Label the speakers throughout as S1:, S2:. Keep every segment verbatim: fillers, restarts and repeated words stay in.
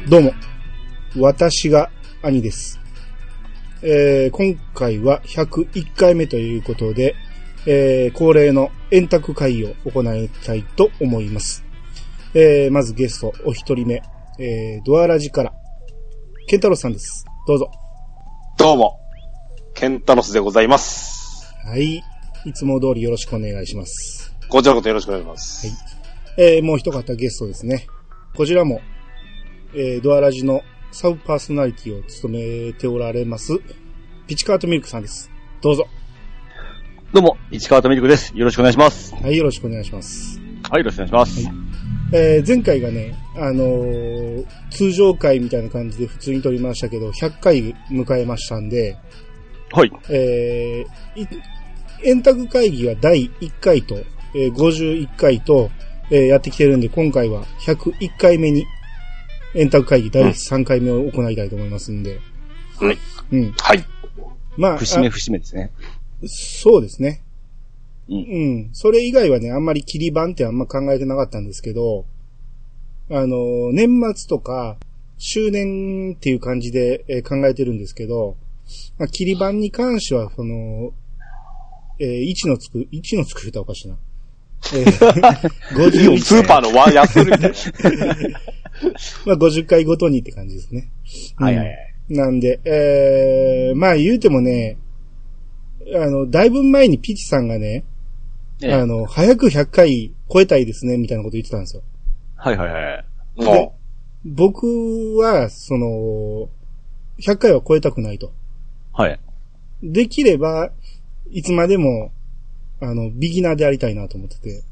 S1: どうも、私が兄です。えー、今回はひゃくいっかいめということで、えー、恒例の円卓会を行いたいと思います。えー、まずゲストお一人目、えー、ドアラジからケンタロスさんです。どうぞ。
S2: どうも、ケンタロスでございます。
S1: はい、いつも通りよろしくお願いします。
S2: こちらのことよろしくお願いします。
S1: はい。えー、もう一方ゲストですね。こちらも、えー、ドアラジのサブパーソナリティを務めておられます、ピチカートミルクさんです。どうぞ。
S3: どうも、市川とミルクです。よろしくお願いします。
S1: はい、よろしくお願いします。
S3: はい、よろしくお願いします。はい、
S1: えー、前回がね、あのー、通常回みたいな感じで普通に撮りましたけど、ひゃっかい迎えましたんで、
S3: はい。
S1: えー、円卓会議はだいいっかいと、えー、ごじゅういっかいと、えー、やってきてるんで、今回はひゃくいっかいめに、円卓会議だいさんかいめを行いたいと思いますんで。
S2: はい。
S1: うん。
S2: はい。
S3: まあ、節目節目ですね。
S1: そうですね。
S3: うん。
S1: うん。それ以外はね、あんまり切り板ってあんま考えてなかったんですけど、あの、年末とか、周年っていう感じで、えー、考えてるんですけど、まあ、切り板に関しては、その、えー、いちのつく、いちのつく言ったらおかしいな。えー、ごじゅういっかい
S2: スーパーのワンやってるみたいな。
S1: まあ、ごじゅっかいごとにって感じですね。
S3: はいはいはい。
S1: うん、なんで、えー、まあ言うてもね、あの、だいぶ前にピチさんがね、ええ、あの、早くひゃっかい超えたいですね、みたいなこと言ってたんですよ。
S3: はいはいはい。
S1: で、僕は、その、ひゃっかいは超えたくないと。
S3: はい。
S1: できれば、いつまでも、あの、ビギナーでありたいなと思ってて。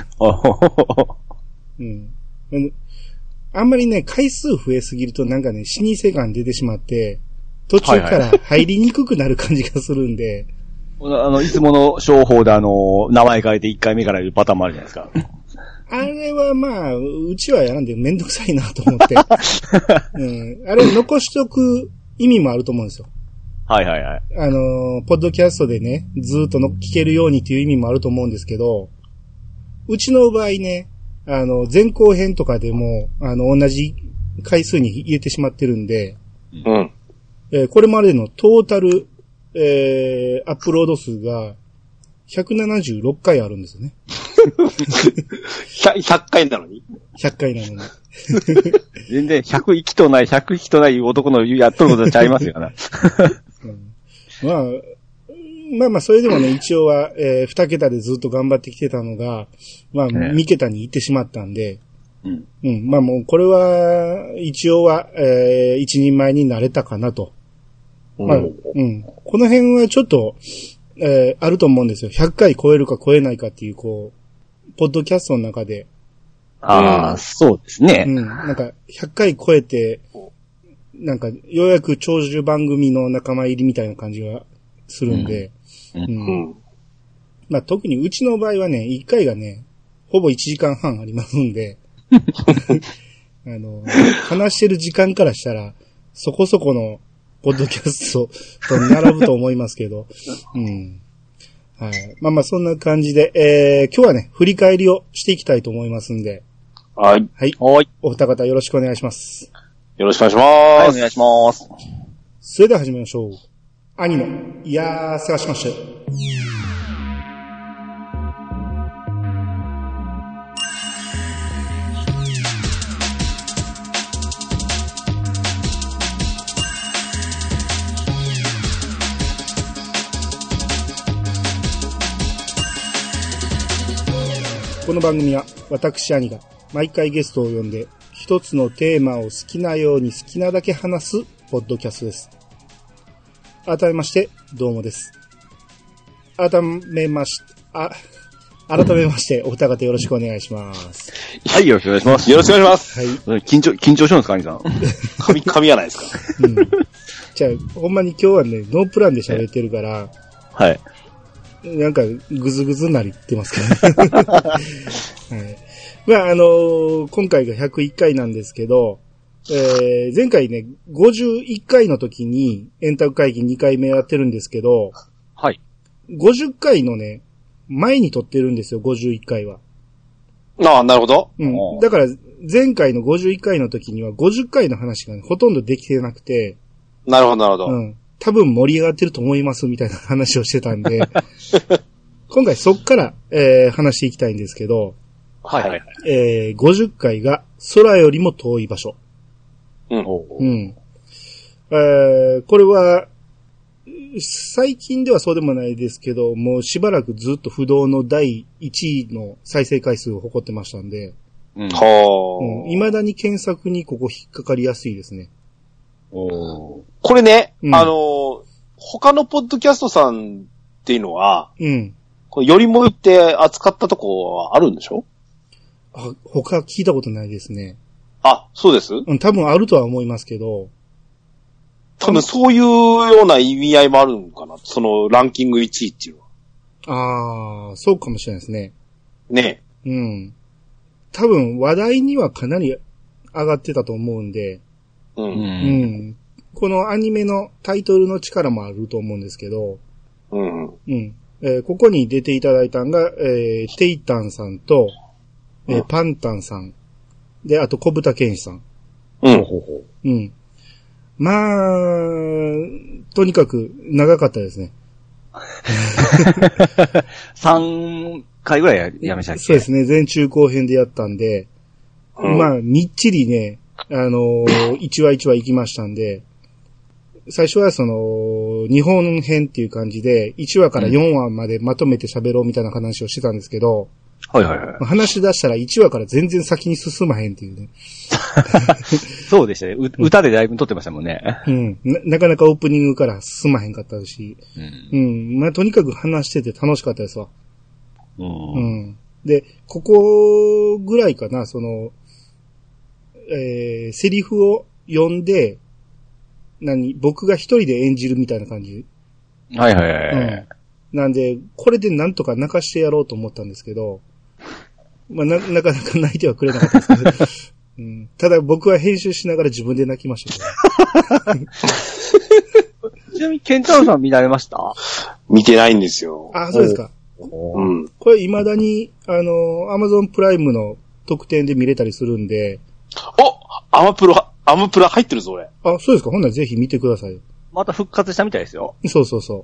S1: うん。あんまりね、回数増えすぎるとなんかね、老舗感出てしまって、途中から入りにくくなる感じがするんで。
S3: はいはい、あの、いつもの商法であの、名前変えていっかいめからいるパターンもあるじゃないですか。
S1: あれはまあ、うちはやらんでめんどくさいなと思って。うん。あれ残しとく意味もあると思うんですよ。
S3: はいはいはい。
S1: あの、ポッドキャストでね、ずーっとの聞けるようにっていう意味もあると思うんですけど、うちの場合ね、あの、前後編とかでも、あの、同じ回数に入れてしまってるんで、
S2: うん。
S1: えー、これまでのトータル、えー、アップロード数がひゃくななじゅうろっかいあるんですよね。
S2: ひゃっかいなのに ?
S1: ひゃっかいなのに。
S3: 全然ひゃく息とない、ひゃく息とない男のやっとることちゃいますよな。
S1: うん、まあ、まあまあ、それでもね、一応は、えー、に桁でずっと頑張ってきてたのが、まあ、に桁に行ってしまったんで、
S3: うん。
S1: うん。まあもう、これは、一応は、えー、一人前になれたかなと。まあ、うん。この辺はちょっと、えー、あると思うんですよ。ひゃっかい超えるか超えないかっていう、こう、ポッドキャストの中で。
S3: ああ、そうですね。
S1: うん。なんか、ひゃっかい超えて、なんか、ようやく長寿番組の仲間入りみたいな感じがするんで。うん。うんうん、まあ、特にうちの場合はね、いっかいがね、ほぼいちじかんはんありますんで、あの、話してる時間からしたら、そこそこの、ポッドキャストと並ぶと思いますけど、うん。はい。まあまあ、そんな感じで、えー、今日はね、振り返りをしていきたいと思いますんで。
S2: はい。
S1: はい。
S3: はい。
S1: お二方よろしくお願いします。
S2: よろしくお願いします。
S3: はい、お願いします。
S1: それでは始めましょう。兄の、いやー、探しましたよ。この番組は私兄が毎回ゲストを呼んで一つのテーマを好きなように好きなだけ話すポッドキャストです。改めましてどうもです。改めまし、あ、改めましてお二方よろしくお願いします。
S3: はい、よろしくお願いします。
S2: よろしくお願いします。
S3: はい。緊張、緊張しますか、兄さん。
S2: 神、神やないですか。
S1: うん。じゃあ、ほんまに今日はね、ノープランで喋ってるから、
S3: はい。
S1: なんか、ぐずぐずなりってますけどね。はい。まあ、あのー、今回がひゃくいっかいなんですけど、えー、前回ね、ごじゅういっかいの時に、円卓会議にかいめやってるんですけど、
S3: はい。
S1: ごじゅっかいのね、前に撮ってるんですよ、ごじゅういっかいは。
S2: ああ、なるほど。
S1: うん。だから、 前回のごじゅういっかいの時にはごじゅっかいの話が、ね、ほとんどできてなくて。
S2: なるほど、なるほど。
S1: うん。多分盛り上がってると思いますみたいな話をしてたんで、今回そっから、えー、話していきたいんですけど、
S2: はいはいはい。
S1: えー、ごじゅっかいが空よりも遠い場所。
S2: うん。
S1: うん。えー、これは、最近ではそうでもないですけど、もうしばらくずっと不動のだいいちいの再生回数を誇ってましたんで、
S2: うん。はあ。
S1: うん。未だに検索にここ引っかかりやすいですね。
S2: おこれね、うん、あの、他のポッドキャストさんっていうのは、
S1: うん。
S2: これよりも言って扱ったとこはあるんでしょ？
S1: あ、他聞いたことないですね。
S2: あ、そうです？
S1: うん、多分あるとは思いますけど。
S2: 多分そういうような意味合いもあるのかな。そのランキングいちいっていう
S1: のは。ああ、そうかもしれないですね。
S2: ね
S1: え。うん。多分話題にはかなり上がってたと思うんで。
S2: うん。うん。
S1: このアニメのタイトルの力もあると思うんですけど。
S2: うん。うん。
S1: えー、ここに出ていただいたのが、えー、テイタンさんと、えーうん、パンタンさん。で、あと小豚健志さん。
S2: うん。ほうほ
S1: う。うん。まあ、とにかく長かったですね。
S3: さんかいぐらいやめちゃっけ？
S1: そうですね。前中後編でやったんで、うん、まあ、みっちりね、あのー、いちわいちわ行きましたんで、最初はその、日本編っていう感じで、いちわからよんわまでまとめて喋ろうみたいな話をしてたんですけど、
S3: はいはいはい。
S1: 話し出したらいちわから全然先に進まへんっていうね。
S3: そうでしたね。う歌でだいぶ撮ってましたもんね。
S1: うん。な、なかなかオープニングから進まへんかったし。うん。うん。まあ、とにかく話してて楽しかったですわ。
S3: うん。
S1: うん。で、ここぐらいかな、その、えー、セリフを読んで、何、僕が一人で演じるみたいな感じ。
S3: はいはいはい。うん。
S1: なんで、これでなんとか泣かしてやろうと思ったんですけど、まあ、な、なかなか泣いてはくれなかったですけど、うん、ただ僕は編集しながら自分で泣きましたけど。
S3: ちなみに、ケンタロウさん見られました？
S2: 見てないんですよ。
S1: あ、そうですか。
S2: うん。
S1: これ未だに、あの、アマゾンプライムの特典で見れたりするんで。
S2: お！アマプロ、アマプラ入ってるぞ、俺。
S1: あ、そうですか。ほんならぜひ見てください。
S3: また復活したみたいですよ。
S1: そうそうそう。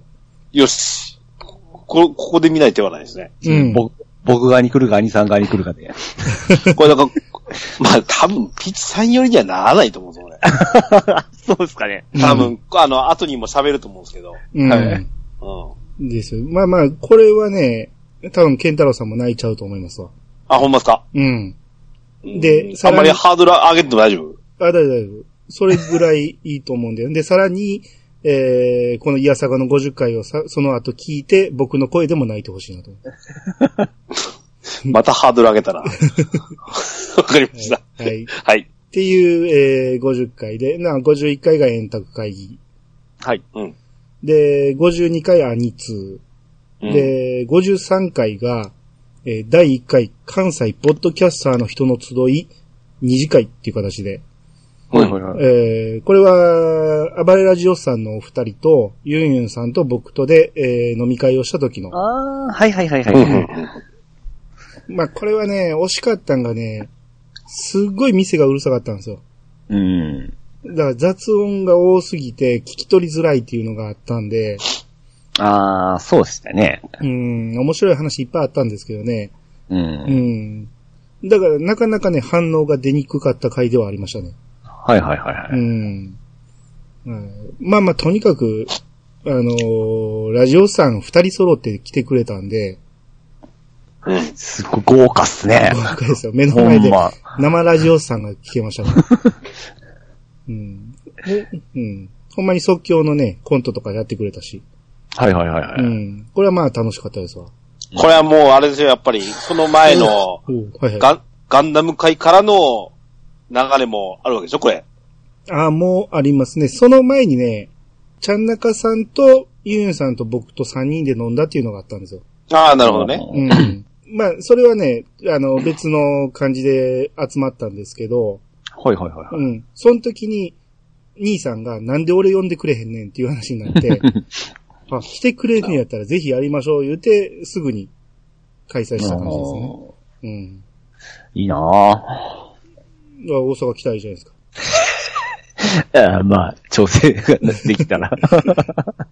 S2: よし。こ、ここで見ない手はないですね。
S1: うん。
S3: 僕、僕側に来るか、兄さん側に来るかで。
S2: これなんか、まあ多分、ピッチさん寄りにはならないと思うんですよね。
S3: そうですかね。
S2: 多分、うん、あの、後にも喋ると思うんですけど。
S1: うん。はい。うん。ですよ。まあまあ、これはね、多分、ケンタロウさんも泣いちゃうと思いますわ。
S2: あ、ほんまですか？
S1: うん。で、
S2: あんまりハードル上げても大丈夫？
S1: あ、大丈夫、大丈夫。それぐらいいいと思うんだよ。で、さらに、えー、このイヤサガのごじゅっかいをさ、その後聞いて、僕の声でも泣いてほしいなと思う。
S2: またハードル上げたな。わかりました。
S1: はい。
S2: はい。
S1: っていう、えー、ごじゅっかいで、な、ごじゅういっかいが円卓会議。
S2: はい。うん。
S1: で、ごじゅうにかいアニツー。で、ごじゅうさんかいが、えー、だいいっかい関西ポッドキャスターの人の集いに次会っていう形で。
S3: はいはいはい。
S1: えー、これは、暴れラジオさんのお二人と、ユンユンさんと僕とで、えー、飲み会をした時の。
S3: ああ、はいはいはいはい。
S1: まあ、これはね、惜しかったんがね、すっごい店がうるさかったんですよ。
S3: うん。
S1: だから雑音が多すぎて聞き取りづらいっていうのがあったんで。
S3: ああ、そうですね。
S1: うん、面白い話いっぱいあったんですけどね。
S3: うん。
S1: うん。だからなかなかね、反応が出にくかった回ではありましたね。
S3: はいはいはいはい。
S1: うん。うん、まあまあ、とにかく、あのー、ラジオさん二人揃って来てくれたんで。
S3: うん、すごい豪華っすね。
S1: 豪華ですよ。目の前で生ラジオさんが聞けましたね。うん。うん。ほんまに即興のね、コントとかやってくれたし。
S3: はいはいはいはい。
S1: うん。これはまあ楽しかったですわ。
S2: これはもうあれですよ、やっぱり、その前の、はいはい、ガン、ガンダム界からの流れもあるわけでしょ、これ。
S1: ああ、もうありますね。その前にね、ちゃんなかさんと、ユンユンさんと僕とさんにんで飲んだっていうのがあったんですよ。
S2: ああ、なるほどね。
S1: うん。まあ、それはね、あの、別の感じで集まったんですけど。
S3: はいはいはい。
S1: うん。その時に、兄さんがなんで俺呼んでくれへんねんっていう話になって、あ、来てくれるんやったらぜひやりましょう言うて、すぐに開催した感じですね。うん。
S3: いいなぁ。
S1: 大阪来たらいいじゃないですか。
S3: あまあ、調整ができたら。はい、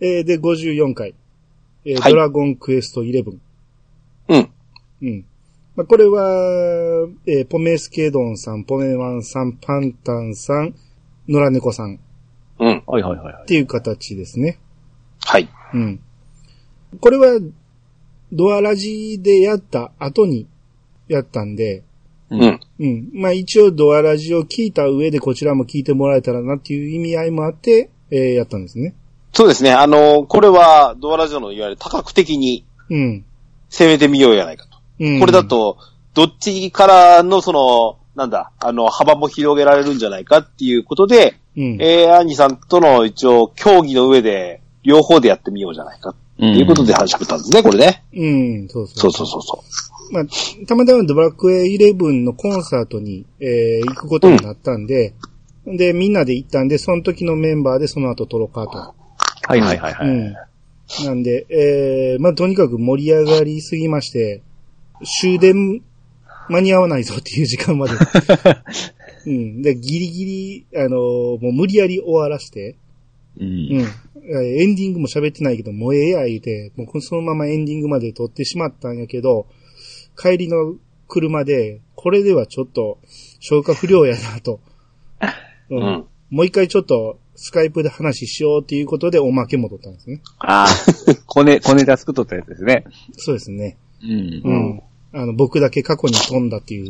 S1: えー、で、ごじゅうよんかい。えーはい、ドラゴンクエストじゅういち。
S2: うん。
S1: うん。まあ、これは、えー、ポメスケドンさん、ポメワンさん、パンタンさん、野良猫さん。
S2: うん。
S3: はいはいはい。
S1: っていう形ですね。
S2: はい。
S1: うん。これは、ドアラジでやった後にやったんで、
S2: うん。
S1: うん。まあ一応ドアラジを聞いた上でこちらも聞いてもらえたらなっていう意味合いもあって、えー、やったんですね。
S2: そうですね。あの、これはドアラジオのいわゆる多角的に、うん。攻めてみようやないかと。うん。これだと、どっちからのその、なんだ、あの、幅も広げられるんじゃないかっていうことで、うん。えー、アンニさんとの一応協議の上で、両方でやってみようじゃないかっていうことで話しゃべったんですね、これね。
S1: うん、そうそう。
S2: そうそうそうそう。
S1: まあ、たまたまドラクエイレブンのコンサートに、えー、行くことになったんで、うん、で、みんなで行ったんで、その時のメンバーでその後撮ろうかと。
S3: はいはいはいはい。うん。
S1: なんで、えー、まあ、とにかく盛り上がりすぎまして、終電間に合わないぞっていう時間まで。うん。で、ギリギリ、あのー、もう無理やり終わらして、うん。うん。エンディングも喋ってないけど、もうええや言うて、もうそのままエンディングまで撮ってしまったんやけど、帰りの車で、これではちょっと消化不良やなと。うん。うん、もう一回ちょっとスカイプで話しようっていうことでおまけも撮ったんですね。
S3: ああ、コネ、コネ出すく撮ったやつですね。
S1: そうですね。
S3: うん。
S1: うん。あの、僕だけ過去に飛んだっていう。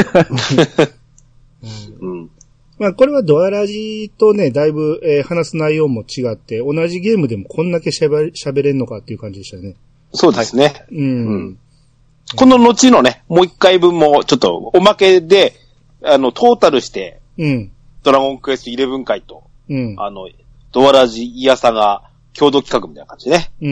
S1: うん、まあ、これはドアラジとね、だいぶ、えー、話す内容も違って、同じゲームでもこんだけ喋、喋れんのかっていう感じでしたね。
S2: そうですね。
S1: うん。うん、
S2: この後のね、もう一回分も、ちょっと、おまけで、あの、トータルして、
S1: うん。
S2: ドラゴンクエストじゅういち回と、
S1: うん。
S2: あの、ドアラジ、イヤサが、共同企画みたいな感じでね。
S1: うん。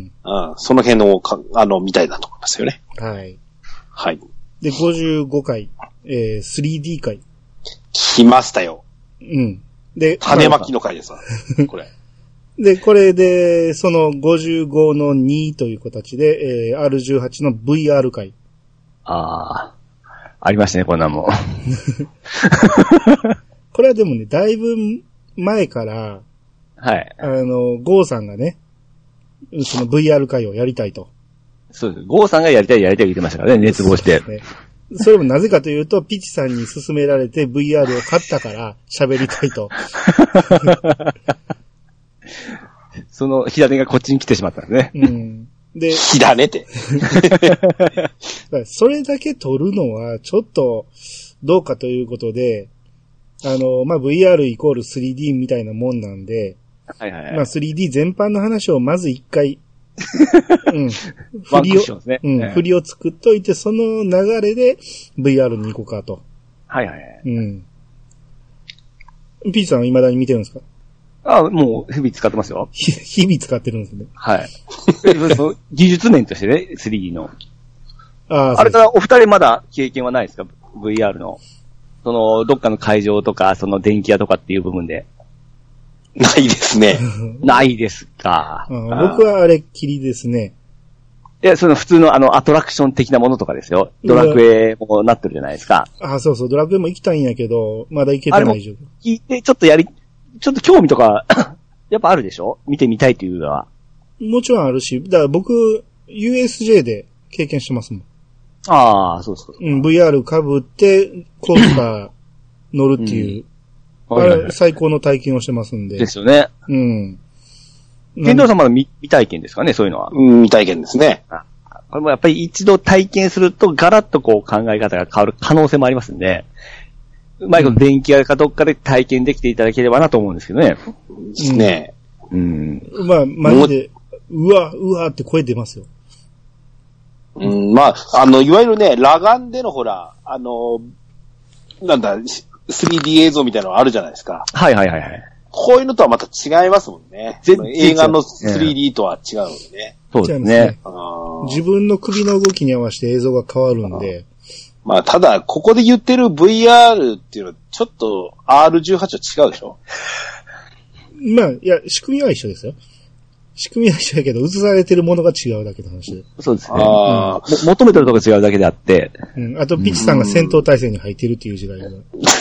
S2: うん。その辺のか、あの、見たいなと思いますよね。
S1: はい。
S2: はい。
S1: で、ごじゅうごかい、えー、スリーディー 回。
S2: 来ましたよ。
S1: うん。で、
S2: 種まきの回ですわ。これ。
S1: で、これで、そのごじゅうごのにという形で、えー、アールじゅうはち の ブイアール 回。
S3: ああ。ありましたね、こんなんも。
S1: これはでもね、だいぶ前から、
S3: はい。
S1: あの、ゴーさんがね、その ブイアール 回をやりたいと。
S3: そうです。ゴーさんがやりたいやりたい言ってましたからね、熱望して。
S1: ね、それもなぜかというと、ピチさんに勧められて ブイアール を買ったから喋りたいと。
S3: その火種がこっちに来てしまったんですね。
S1: うん。で、
S2: 火種って。
S1: それだけ撮るのはちょっとどうかということで、あの、まあ、ブイアール イコール スリーディー みたいなもんなんで、
S3: はいはいはい、
S1: まあ、スリーディー 全般の話をまず一回、うん。
S3: 振りを、ね、
S1: うん、振りを作っといて、その流れで ブイアール に行こうかと。
S3: はいはいはい。
S1: うん。ピーチさんは未だに見てるんですか？
S3: ああ、もう日々使ってますよ。
S1: 日々使ってるんですね。
S3: はい。技術面としてね、スリーディー の。
S1: ああ、
S3: あれからお二人まだ経験はないですか？ ブイアール の。その、どっかの会場とか、その電気屋とかっていう部分で。
S2: ないですね。
S3: ないですか。
S1: うん、僕はあれっきりですね。
S3: いや、その普通のあの、アトラクション的なものとかですよ。ドラクエもなってるじゃないですか。
S1: ああ、そうそう、ドラクエも行きたいんやけど、まだ行けてない状況。
S3: 聞いて、ちょっとやり、ちょっと興味とか、やっぱあるでしょ？見てみたいというのは。
S1: もちろんあるし、だから僕、ユーエスジェー で経験してますもん。
S3: ああ、そうそう。
S1: うん、ブイアール 被って、コースター乗るっていう、うんはいはいはい、最高の体験をしてますんで。
S3: ですよね。
S1: うん。
S3: ケンドーさんまだ未体験ですかね、そういうのは。
S2: うん、未体験ですね。
S3: あ、これもやっぱり一度体験すると、ガラッとこう考え方が変わる可能性もありますんで、うまいこと電気屋かどっかで体験できていただければなと思うんですけどね。
S2: ですね。
S3: うん。
S1: まあ、マジで、うわ、うわって声出ますよ。
S2: うん、まあ、あの、いわゆるね、裸眼でのほら、あの、なんだ、スリーディー 映像みたいなのあるじゃないですか。
S3: はいはいはいはい。
S2: こういうのとはまた違いますもんね。全然映画の スリーディー とは違うのでね。
S3: そうですね。
S1: 自分の首の動きに合わせて映像が変わるんで。
S2: まあ、ただ、ここで言ってる ブイアール っていうのは、ちょっと アールじゅうはち は違うでしょ？
S1: まあ、いや、仕組みは一緒ですよ。 仕組みは一緒やけど、映されてるものが違うだけの話で。
S3: そうですね。
S2: あ
S3: も求めてるとこ違うだけであって。
S1: うん。あと、ピッチさんが戦闘態勢に入ってるっていう時代が。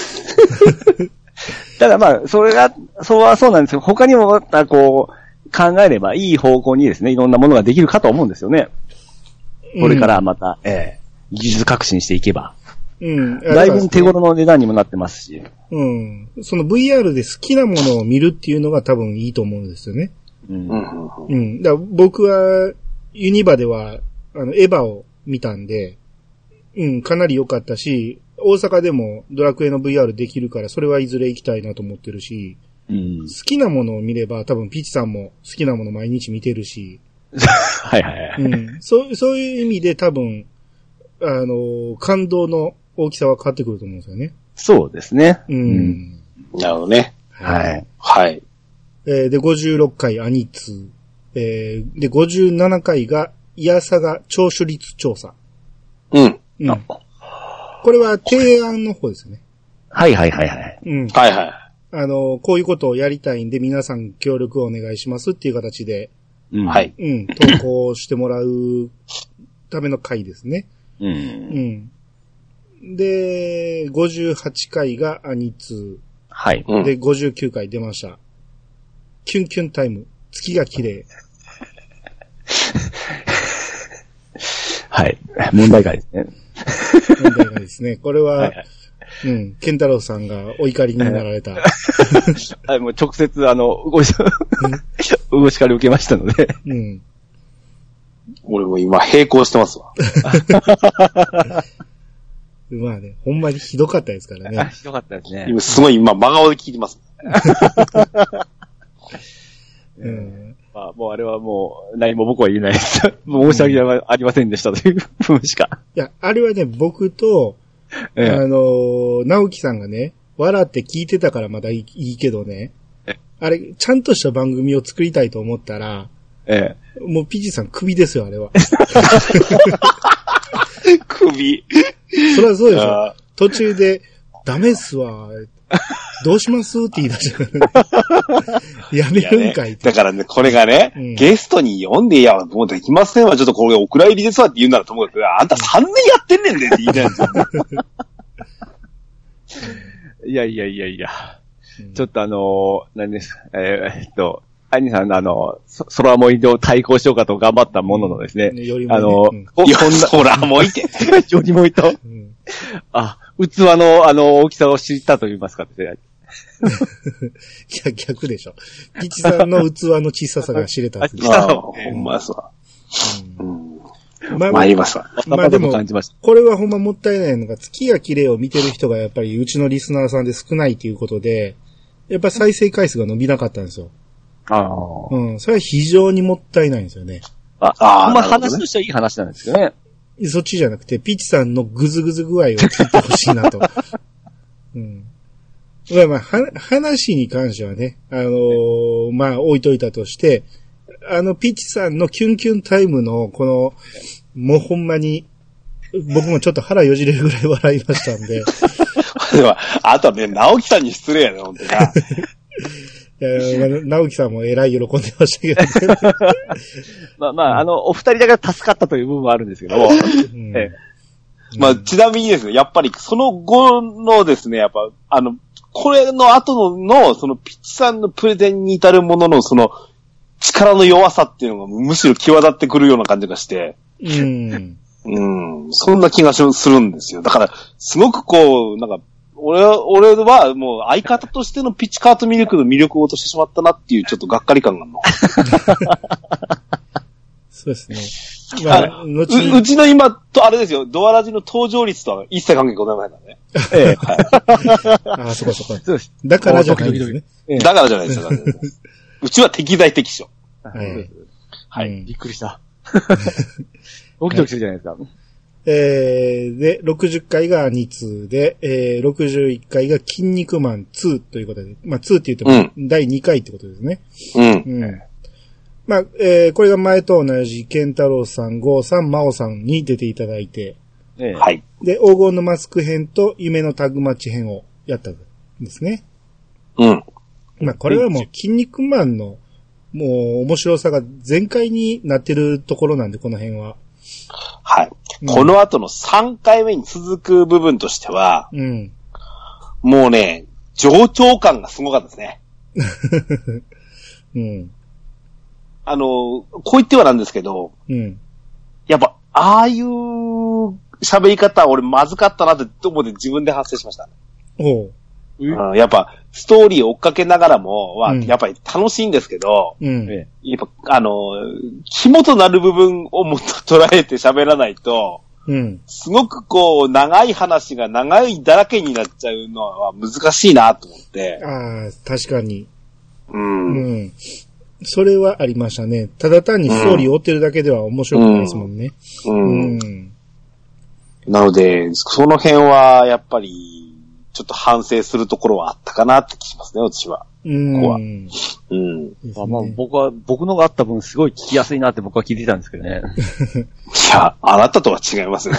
S3: ただまあ、それが、そうはそうなんですけど、他にもまたこう、考えればいい方向にですね、いろんなものができるかと思うんですよね。これからまた、うん、ええ技術革新していけば。うん。だいぶ手頃の値段にもなってますし。
S1: うん。その ブイアール で好きなものを見るっていうのが多分いいと思うんですよね。うん。うん。だから僕は、ユニバでは、あの、エヴァを見たんで、うん、かなり良かったし、大阪でもドラクエの ブイアール できるから、それはいずれ行きたいなと思ってるし、うん、好きなものを見れば、多分ピーチさんも好きなもの毎日見てるし、
S3: はいはいはい。
S1: うん。そう、そういう意味で多分、あの、感動の大きさは変わってくると思うんですよね。
S3: そうですね。
S1: うん。うん、
S2: なるほどね。
S3: はい。
S2: はい。
S1: えー、で、ごじゅうろっかいアニツ。えー、で、ごじゅうななかいが、イヤサガ聴取率調査。
S2: うん。
S1: うん。これは提案の方ですね。
S3: はいはいはいはい。
S1: うん。
S2: はいはい。
S1: あの、こういうことをやりたいんで、皆さん協力をお願いしますっていう形で、
S2: うん、はい。
S1: うん。投稿してもらうための回ですね。
S3: うん。
S1: うん。で、ごじゅうはちかいがアニツ。
S3: はい。
S1: で、ごじゅうきゅうかい出ました。キュンキュンタイム。月が綺麗。
S3: はい。問題外ですね。
S1: 問題外ですね。これは、はいはい、うん、ケンタロウさんがお怒りになられた。
S3: はい、もう直接、あの、ごし、お叱り受けましたので。
S1: うん。
S2: 俺も今、並行してますわ。
S1: まあね、ほんまにひどかったですからね。
S3: ひどかったですね。
S2: 今、すごい今、真顔で聞いてます。
S1: うん、
S3: まあ、もうあれはもう、何も僕は言えないです。申し訳ありませんでしたという部分しか。
S1: いや、あれはね、僕と、ええ、あの、直樹さんがね、笑って聞いてたからまだいい、いいけどね、あれ、ちゃんとした番組を作りたいと思ったら、
S3: ええ、
S1: もうピジさん首ですよ、あれは。
S2: 首。
S1: そりゃそうでしょ。途中で、ダメっすわ。どうしますって言い出した。やめるんかいって、
S2: ね。だからね、これがね、うん、ゲストに読んで、いや、もうできませんわ。ちょっとこれお蔵入りですわって言うならともかく、あんたさんねんやってんねんでって言いたいんですよ。
S3: いやいやいやいや。うん、ちょっとあのー、何ですか、えー、っと、アニさんのあの、空モイで対抗しようかと頑張ったもののですね。うん、よりもねあの、うん、こんな、
S2: 空モイって。
S3: よりもいと。うん、あ、器のあの大きさを知ったと言いますかって。
S1: いや、逆でしょ。ピチさんの器の小ささが知れたんです
S2: よ。あ、ほんまそう。うん。まあ、参りますわ。
S1: まあでも、これはほんまもったいないのが、月が綺麗を見てる人がやっぱりうちのリスナーさんで少ないということで、やっぱ再生回数が伸びなかったんですよ。
S3: ああ。
S1: うん。それは非常にもったいないんですよね。
S3: ああ。まあ話としてはいい話なんですけどね。
S1: そっちじゃなくて、ピチさんのグズグズ具合を聞いてほしいなと。うん。まあまあ、は、話に関してはね、あのー、まあ置いといたとして、あのピチさんのキュンキュンタイムの、この、もうほんまに、僕もちょっと腹よじれるぐらい笑いましたんで。
S2: では、あとはね、直樹さんに失礼やね、ほんとに。
S1: えー、直樹さんもえらい喜んでましたけど、ね。
S3: まあまあ、あの、お二人だから助かったという部分はあるんですけども。うんえ
S2: え、まあ、ちなみにですね、やっぱりその後のですね、やっぱ、あの、これの後の、そのピッチさんのプレゼンに至るものの、その、力の弱さっていうのがむしろ際立ってくるような感じがして。
S1: うん。
S2: うん。そんな気がするんですよ。だから、すごくこう、なんか、俺は、俺はもう相方としてのピッチカートミルクの魅力を落としてしまったなっていうちょっとがっかり感があるの。
S1: そうですね。
S2: まあ、う, うちの今とあれですよ、ドアラジの登場率とは一切関係ございませんからね。ええ。はい、
S1: ああ、そこそこ。だからじゃないですね。
S2: だからじゃないですよ。うちは適材適所。
S3: はい。はい。うん、びっくりした。ドキドキするじゃないですか。
S1: えー、で、ろくじゅっかいがアニツーで、えー、ろくじゅういっかいが筋肉マンツーということで、まあツーって言っても、だいにかいってことですね。
S2: うん。
S1: うん。まあ、えー、これが前と同じ、ケンタロウさん、ゴーさん、マオさんに出ていただいて、
S2: えー、はい。
S1: で、黄金のマスク編と夢のタグマッチ編をやったんですね。
S2: うん。
S1: まあ、これはもう筋肉マンのもう面白さが全開になってるところなんで、この辺は。
S2: はい。うん、この後のさんかいめに続く部分としては、うん、もうね、上長感がすごかったですね。うん、あの、こう言ってはなんですけど、うん、やっぱ、ああいう喋り方、俺まずかったなって思って自分で反省しました。おう、うん、やっぱ、ストーリーを追っかけながらも、は、うん、やっぱり楽しいんですけど、うん、やっぱ、あの、肝となる部分をもっと捉えて喋らないと、うん、すごくこう、長い話が長いだらけになっちゃうのは難しいなと思って。
S1: ああ、確かに。うん。うん。それはありましたね。ただ単にストーリーを追ってるだけでは面白くないですもんね。うん。うん
S2: うん、なので、その辺はやっぱり、ちょっと反省するところはあったかなって気しますね、私は。うん。ここは。うん。
S3: まあ、まあ、僕は、僕のがあった分すごい聞きやすいなって僕は聞いてたんですけどね。
S2: いや、あなたとは違いますよ。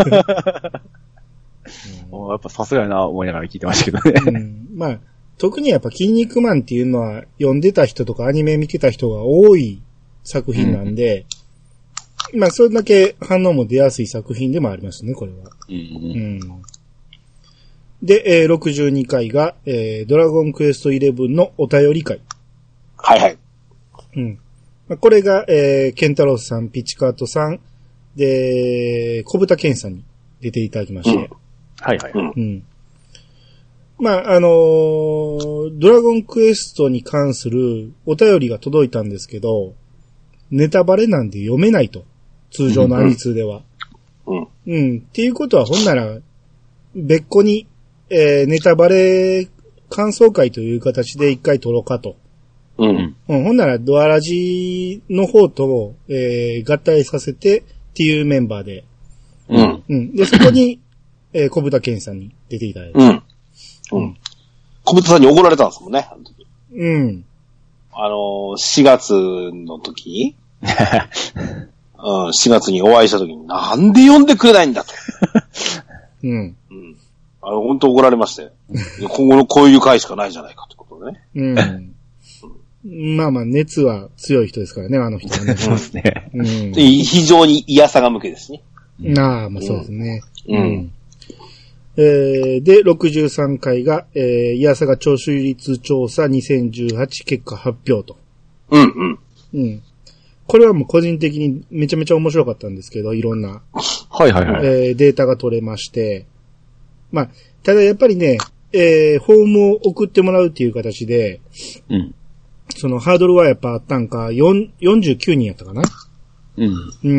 S3: やっぱさすがやな思いながら聞いてましたけどね。うん、
S1: まあ、特にやっぱ筋肉マンっていうのは読んでた人とかアニメ見てた人が多い作品なんで、うん、まあ、それだけ反応も出やすい作品でもありますね、これは。うんうんで、えー、ろくじゅうにかいが、えー、ドラゴンクエストじゅういちのお便り会。
S2: はいはい。
S1: うん。これが、えー、ケンタロスさん、ピチカートさん、で、小豚ケンさんに出ていただきまして。うん、
S3: はいはい。うん。
S1: まあ、あのー、ドラゴンクエストに関するお便りが届いたんですけど、ネタバレなんで読めないと。通常のアニツーでは。うん。うん。っていうことは、ほんなら、別個に、えー、ネタバレ感想会という形で一回撮ろうかと。うん。うん。ほんなら、ドアラジの方と、えー、合体させてっていうメンバーで。うん。うん。で、そこに、えー、小豚健さんに出ていただいて。うん。
S2: うん。小豚さんに怒られたんですもんね、あの時。
S1: うん。
S2: あのー、しがつの時うん、しがつにお会いした時に、なんで呼んでくれないんだと。うん。うん。あの、本当怒られまして。今後のこういう回しかないじゃないかってことね。うん。
S1: まあまあ、熱は強い人ですからね、あの人はね。
S3: そうですね。
S2: うん。非常に嫌さが向けですね。
S1: なあ、まあそうですね。うん。うん、えー、で、ろくじゅうさんかいが、えー、嫌さが聴取率調査にせんじゅうはち結果発表と。
S2: うんうん。
S1: うん。これはもう個人的にめちゃめちゃ面白かったんですけど、いろんな。
S3: はいはいはい。
S1: えー、データが取れまして。まあ、ただやっぱりね、えー、フォームを送ってもらうっていう形で、うん。そのハードルはやっぱあったんか、よん、よんじゅうきゅうにんやったかな。うん。うん。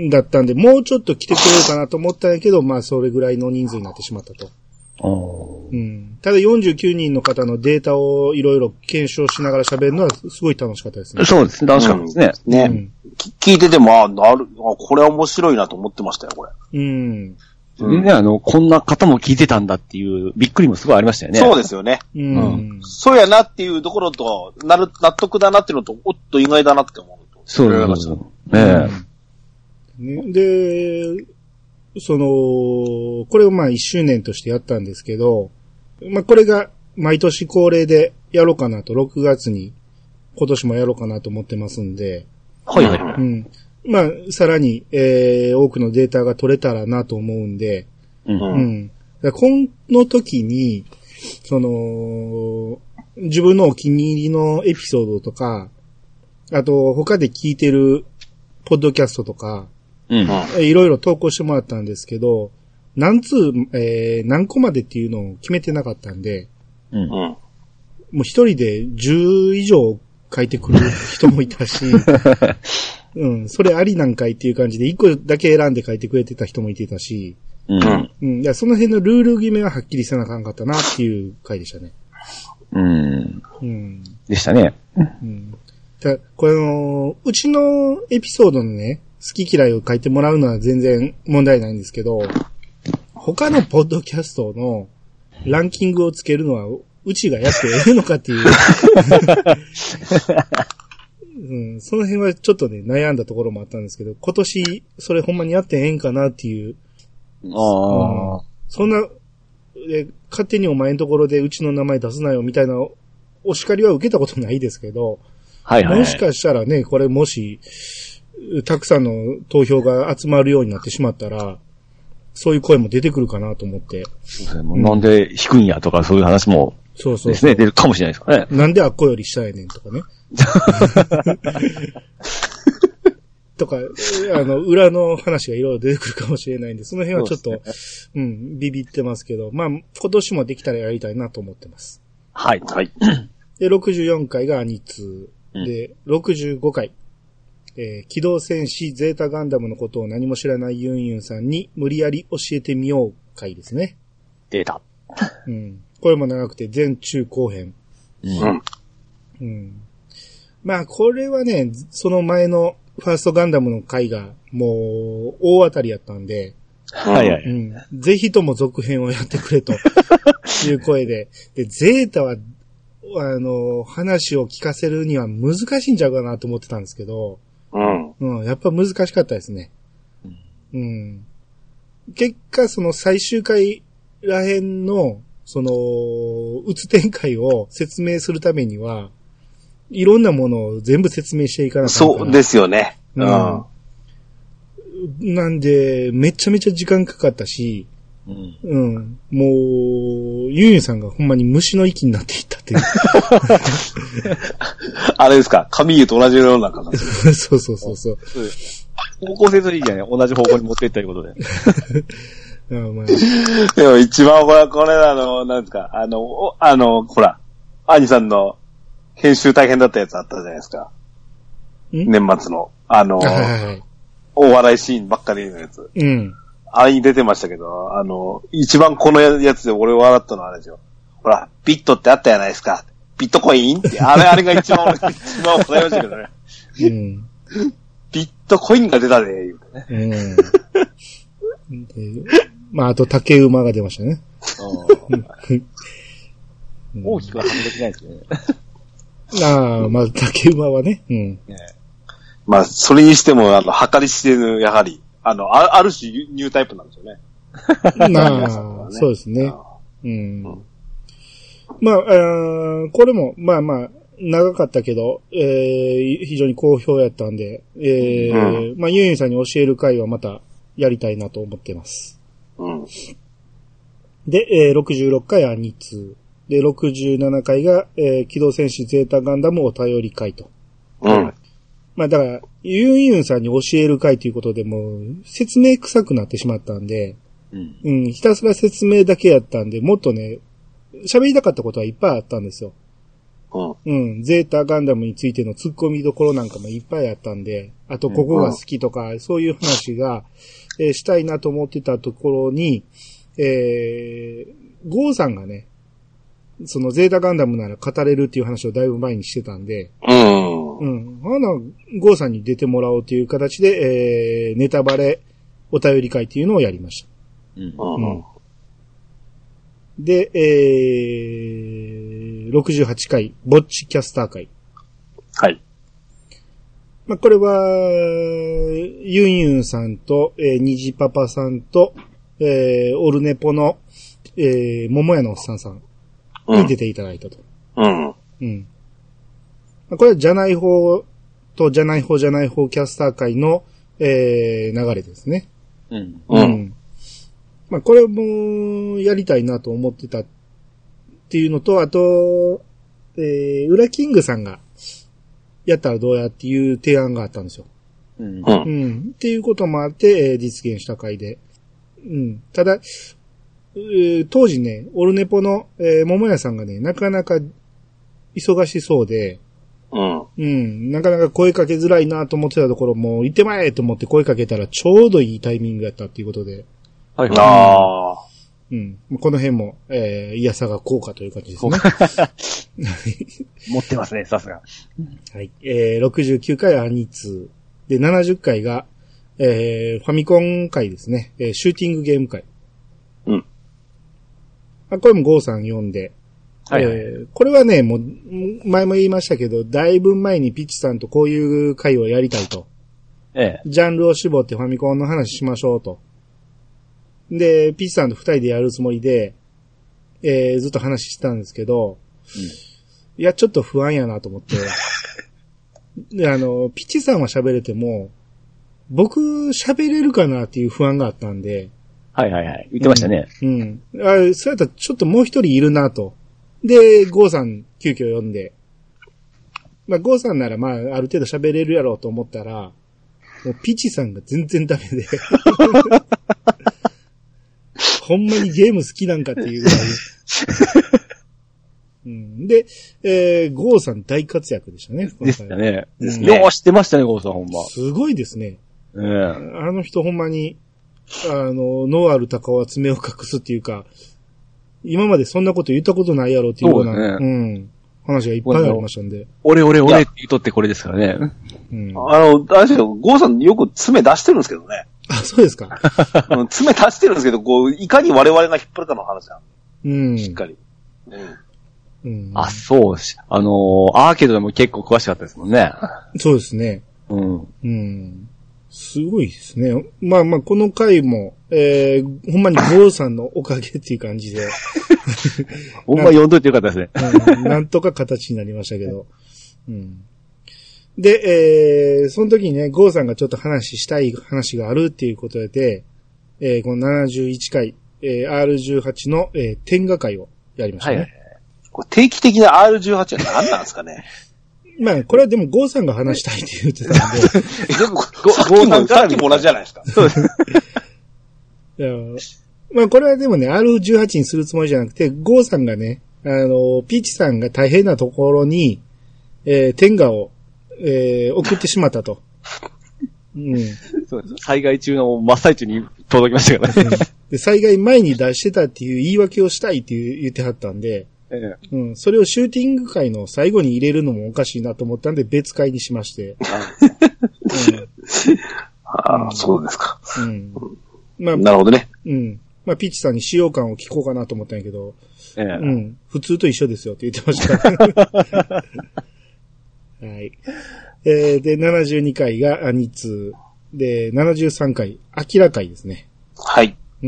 S1: だったんで、もうちょっと来てくれるかなと思ったんやけど、まあ、それぐらいの人数になってしまったと。うん。ただよんじゅうきゅうにんの方のデータをいろいろ検証しながら喋るのはすごい楽しかったですね。
S3: そうですね。楽しかったですね。
S2: うん、ね、うん、聞いてても、あ、なる、あ、これは面白いなと思ってましたよ、これ。うん。
S3: うん、ね、あの、こんな方も聞いてたんだっていうびっくりもすごいありましたよね。
S2: そうですよね。うん。うん、そうやなっていうところと、なる、納得だなっていうのと、おっと意外だなって思うと。
S3: そうですね。ね
S1: え。で、その、これをまあいっしゅうねんとしてやったんですけど、まあこれが毎年恒例でやろうかなと、ろくがつに今年もやろうかなと思ってますんで。
S3: はいはい。
S1: うん。まあ、さらに、えー、多くのデータが取れたらなと思うんで、うん。うん。だこの時に、その、自分のお気に入りのエピソードとか、あと他で聞いてるポッドキャストとか、うん、いろいろ投稿してもらったんですけど、何通、えー、何個までっていうのを決めてなかったんで、うん、もう一人でじゅう以上書いてくる人もいたし、うん、それありなんかいっていう感じで一個だけ選んで書いてくれてた人もいてたし、うん、うん、いやその辺のルール決めははっきりせなあかんかったなっていう回でしたね。
S3: うん。うん、でしたね。うん、
S1: だこれの、うちのエピソードのね、好き嫌いを書いてもらうのは全然問題ないんですけど、他のポッドキャストのランキングをつけるのは、うちがやってええのかっていう、うん。その辺はちょっとね、悩んだところもあったんですけど、今年、それほんまにやってええんかなっていう。ああ、うん。そんな、え、勝手にお前のところでうちの名前出すなよみたいなお叱りは受けたことないですけど、
S3: はいはい。
S1: もしかしたらね、これもし、たくさんの投票が集まるようになってしまったら、そういう声も出てくるかなと思って。
S3: うん、なんで引くんやとかそういう話も、
S1: そうそう
S3: ですね、出るかもしれないですかね。
S1: なんであっこより下やねんとかね。とか、あの、裏の話がいろいろ出てくるかもしれないんで、その辺はちょっと、うね、うん、ビビってますけど、まあ、今年もできたらやりたいなと思ってます。
S3: はい。はい。
S1: で、ろくじゅうよんかいがアニツー。で、ろくじゅうごかい。えー、機動戦士ゼータガンダムのことを何も知らないユンユンさんに無理やり教えてみよう回ですね。
S3: データ。
S1: うん。これも長くて前中後編。
S3: うん。
S1: うん。まあ、これはね、その前のファーストガンダムの回がもう大当たりやったんで。
S3: はいはい。
S1: うん。ぜひとも続編をやってくれという声で。で、ゼータは、あの、話を聞かせるには難しいんちゃうかなと思ってたんですけど。
S2: うん。
S1: うん、やっぱ難しかったですね。うん。うん、結果、その最終回らへんの、その、うつ展開を説明するためには、いろんなものを全部説明していかなきゃいけない。
S2: そうですよね。
S1: うん。なんで、めちゃめちゃ時間かかったし、うん。うん。もう、ユンユンさんがほんまに虫の息になっていったっていう。
S2: あれですか、神湯と同じような形。
S1: そうそうそうそう。
S3: 方向性といいじゃない、同じ方向に持っていったいうことで。
S1: あまあ、
S2: でも一番これ、これあの、なんですか、あの、あの、ほら、アニさんの編集大変だったやつあったじゃないですか。年末の、あの、はいはいはい、お笑いシーンばっかりのやつ。
S1: うん。
S2: あれに出てましたけど、あの、一番このやつで俺笑ったのはあれですよ。ほら、ビットってあったじゃないですか。ビットコインって、あれ、あれが一番、一番笑いましたけどね。うん。ビットコインが出たで、言うてね。
S1: うん。でまあ、あと竹馬が出ましたね。
S3: 大きくは判できないですね。
S1: ああ、まあ、竹馬はね。うん。
S2: まあ、それにしても、あの、計り知れぬ、やはり、あの、あある種、ニュータイプなんですよね。
S1: まあ、ね、そうですね。うん。うん、まあ、あこれも、まあまあ、長かったけど、えー、非常に好評やったんで、えー、うん、まあ、ユンユンさんに教える会はまたやりたいなと思ってます。うん。で、えー、ろくじゅうろっかいアニツー。で、ろくじゅうななかいが、えー、機動戦士ゼータガンダムお便り会と。うん。まあだから、ユンユンさんに教える会ということでもう、説明臭くなってしまったんで、うん、うん、ひたすら説明だけやったんで、もっとね、喋りたかったことはいっぱいあったんですよ。うん。うん。ゼータガンダムについての突っ込みどころなんかもいっぱいあったんで、あとここが好きとか、うん、そういう話が、えー、したいなと思ってたところに、えー、ゴーさんがね、そのゼータガンダムなら語れるっていう話をだいぶ前にしてたんで、うん。うん。あの、ゴーさんに出てもらおうという形で、えー、ネタバレお便り会っていうのをやりました。うん。うん、で、えー、ろくじゅうはちかい、ぼっちキャスター会。はい。まあ、これは、ユンユンさんと、えー、ニジパパさんと、えー、オルネポの、えー、桃屋のおっさんさんに出ていただいたと。うん。うん。まあ、これはじゃない方とじゃない方じゃない方キャスター会の、えー、流れですね。うん。うん。まあ、これもやりたいなと思ってたっていうのと、あと、えー、ウラキングさんがやったらどうやっていう提案があったんですよ。うん。うん。っていうこともあって、えー、実現した回で。うん。ただ、当時ね、オルネポの、えー、桃屋さんがね、なかなか忙しそうで、うん。うん。なかなか声かけづらいなと思ってたところも、行ってまえと思って声かけたらちょうどいいタイミングだったっていうことで。はいはい。ああ。うん。この辺も、えー、いやさが効果という感じですね。
S3: 持ってますね、さすが。
S1: はい。えー、ろくじゅうきゅうかいアニツー。で、ななじゅっかいが、えー、ファミコン会ですね。えー、シューティングゲーム会。うん。あ、これもゴーさん読んで。はいはい、えー、これはね、もう、前も言いましたけど、だいぶ前にピッチさんとこういう会をやりたいと。ええ。ジャンルを絞ってファミコンの話しましょうと。で、ピッチさんと二人でやるつもりで、えー、ずっと話してたんですけど、うん、いや、ちょっと不安やなと思って、 で、あの、ピッチさんは喋れても、僕喋れるかなっていう不安があったんで。
S3: はいはいはい。言ってましたね。
S1: うん。うん、あそうやったらちょっともう一人いるなと。で、ゴーさん急遽呼んで。まあ、ゴーさんならまあ、ある程度喋れるやろうと思ったら、もうピチさんが全然ダメで。ほんまにゲーム好きなんかっていうぐらい。うん、で、えー、ゴーさん大活躍でしたね。
S3: でしたね。うん、よう知ってましたね、ゴーさんほんま。
S1: すごいですね。
S3: うん、
S1: あの人ほんまに、あの、ノアルタカは爪を隠すっていうか、今までそんなこと言ったことないやろっていうような、う、ね、うん、話がいっぱいありましたんで。
S3: 俺俺俺って言うとってこれですからね。
S2: うん、あの、あれですよ、ゴーさんよく爪出してるんですけどね。
S1: あ、そうですか。
S2: 爪出してるんですけど、こう、いかに我々が引っ張るかの話なん。うん。しっかり。うん。
S3: うん、あ、そうし。あのー、アーケードでも結構詳しかったですもんね。
S1: そうですね。うん。うん。すごいですね。まあまあ、この回も、えー、ほんまにゴーさんのおかげっていう感じで。
S3: ほんま読んどいてよかったですね。
S1: うん。なんとか形になりましたけど。うん。で、えー、その時にね、ゴーさんがちょっと話したい話があるっていうことで、えー、このななじゅういっかい、えー、アールじゅうはち の、えー、天下会をやりましたね。はい。
S2: これ定期的な アールじゅうはち は何なんですかね。
S1: まあ、これはでもゴーさんが話したいって言ってたんで。
S2: でも、さっきも、さっきも同じじゃないですか。そうです。
S1: いやまあ、これはでもね、アールじゅうはち にするつもりじゃなくて、ゴーさんがね、あの、ピーチさんが大変なところに、えー、天下を、えー、送ってしまったと。うん。
S3: そうです。災害中の真っ最中に届きましたからね。
S1: で、災害前に出してたっていう言い訳をしたいっていう言ってはったんで、ええ、うん。それをシューティング会の最後に入れるのもおかしいなと思ったんで別会にしまして。
S2: うん、ああ、そうですか。うん。まあ、なるほどね。
S1: うん。まあ、ピッチさんに使用感を聞こうかなと思ったんやけど、ええ、うん。普通と一緒ですよって言ってました。はい。えー、で、ななじゅうにかいがに通。で、ななじゅうさんかい、明らかいですね。
S2: はい。
S1: うん。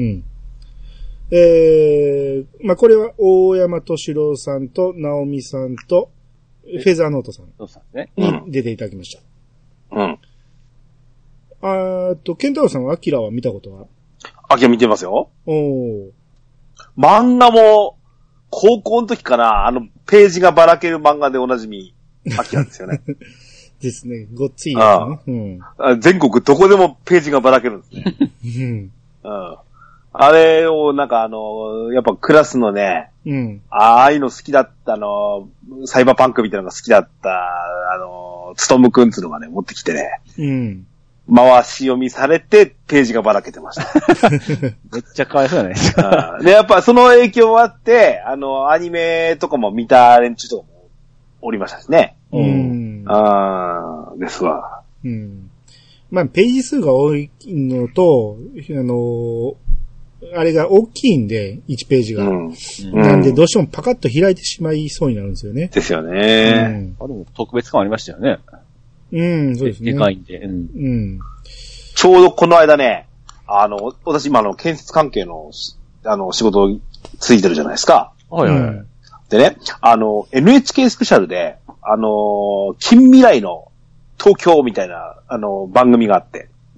S1: えー、まあ、これは大山敏郎さんと直美さんとフェザーノートさんに出ていただきました。うん。あと、ケンタロウさんはアキラは見たことは？
S2: アキラ見てますよ。
S1: おー。
S2: 漫画も高校の時からあのページがばらける漫画でおなじみ、アキラですよね。
S1: ですね。ごっついやつね。
S2: うん。全国どこでもページがばらけるんですね。うん。うん。あれを、なんかあの、やっぱクラスのね、うん。ああいうの好きだったあの、サイバーパンクみたいなのが好きだった、あの、つとむくんつのがね、持ってきてね。うん。回し読みされて、ページがばらけてました。
S3: めっちゃかわいそうじゃないですか。
S2: で、やっぱその影響あって、あの、アニメとかも見た連中とかもおりましたしね。うん。ああ、ですわ。
S1: うん。まあ、ページ数が多いのと、あの、あれが大きいんで、いちページが。うん、なんで、どうしてもパカッと開いてしまいそうになるんですよね。
S2: ですよね。
S3: うん、あでも特別感ありましたよね。
S1: うん、そうですね。
S3: でかいんで、うん。
S2: うん。ちょうどこの間ね、あの、私今あの、建設関係の、あの、仕事ついてるじゃないですか。
S3: はいはい。
S2: でね、あの、エヌエイチケー スペシャルで、あの、近未来の東京みたいな、あの、番組があって。うん。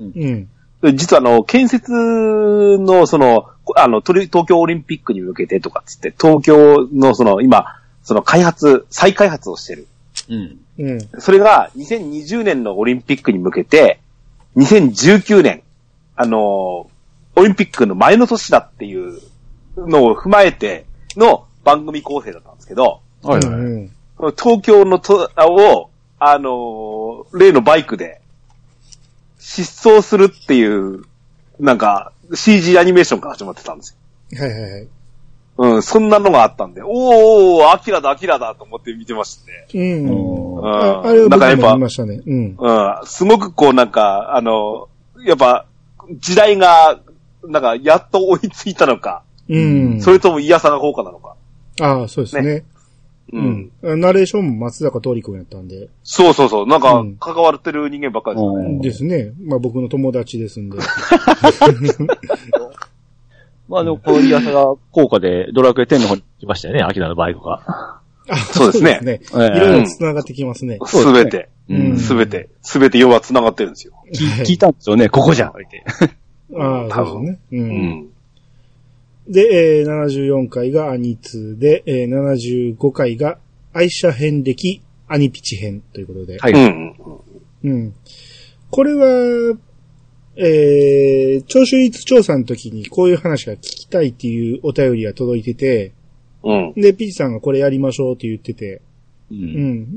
S2: 実はあの、建設のその、あの、東京オリンピックに向けてとかつって、東京のその、今、その開発、再開発をしてる。うん。うん。それがにせんにじゅうねんのオリンピックに向けて、にせんじゅうきゅうねん、あの、オリンピックの前の年だっていうのを踏まえての番組構成だったんですけど、はいはい。東京のと、を、あの、例のバイクで、失踪するっていう、なんか、シージー アニメーションから始まってたんですよ。はいはいはい。うん、そんなのがあったんで、おーおー、アキラだ、アキラだと思って見てましてね。うん。うん、あ, あれは僕も見ましたね。うん。うん。すごくこうなんか、あの、やっぱ、時代が、なんか、やっと追いついたのか。うん。それとも嫌さが効果なのか。
S1: ああ、そうですね。ねうん。ナレーションも松坂桃李君やったんで。
S2: そうそうそう。なんか、関わってる人間ばっかりですね、うん。
S1: ですね。まあ僕の友達ですんで。
S3: まあでも、このイヤサが効果でドラクエテンの方に来ましたよね、アキラのバイクが。
S2: あ、そうですね。
S1: そうですね。いろいろ繋がってきますね。
S2: すべ、うん、て。 すべて、すべて要は繋がってるんですよ。
S3: 聞いたんですよね、ここじゃん。
S1: ああ、多分ね。うん。うん、で、えー、ななじゅうよんかいがアニツーで、えー、ななじゅうごかいが愛車遍歴アニピチ編ということで。
S3: はい。
S1: うん。うん。これは、えー、聴取率調査の時にこういう話が聞きたいっていうお便りが届いてて、
S2: うん。
S1: で、ピチさんがこれやりましょうって言ってて、うん。うん。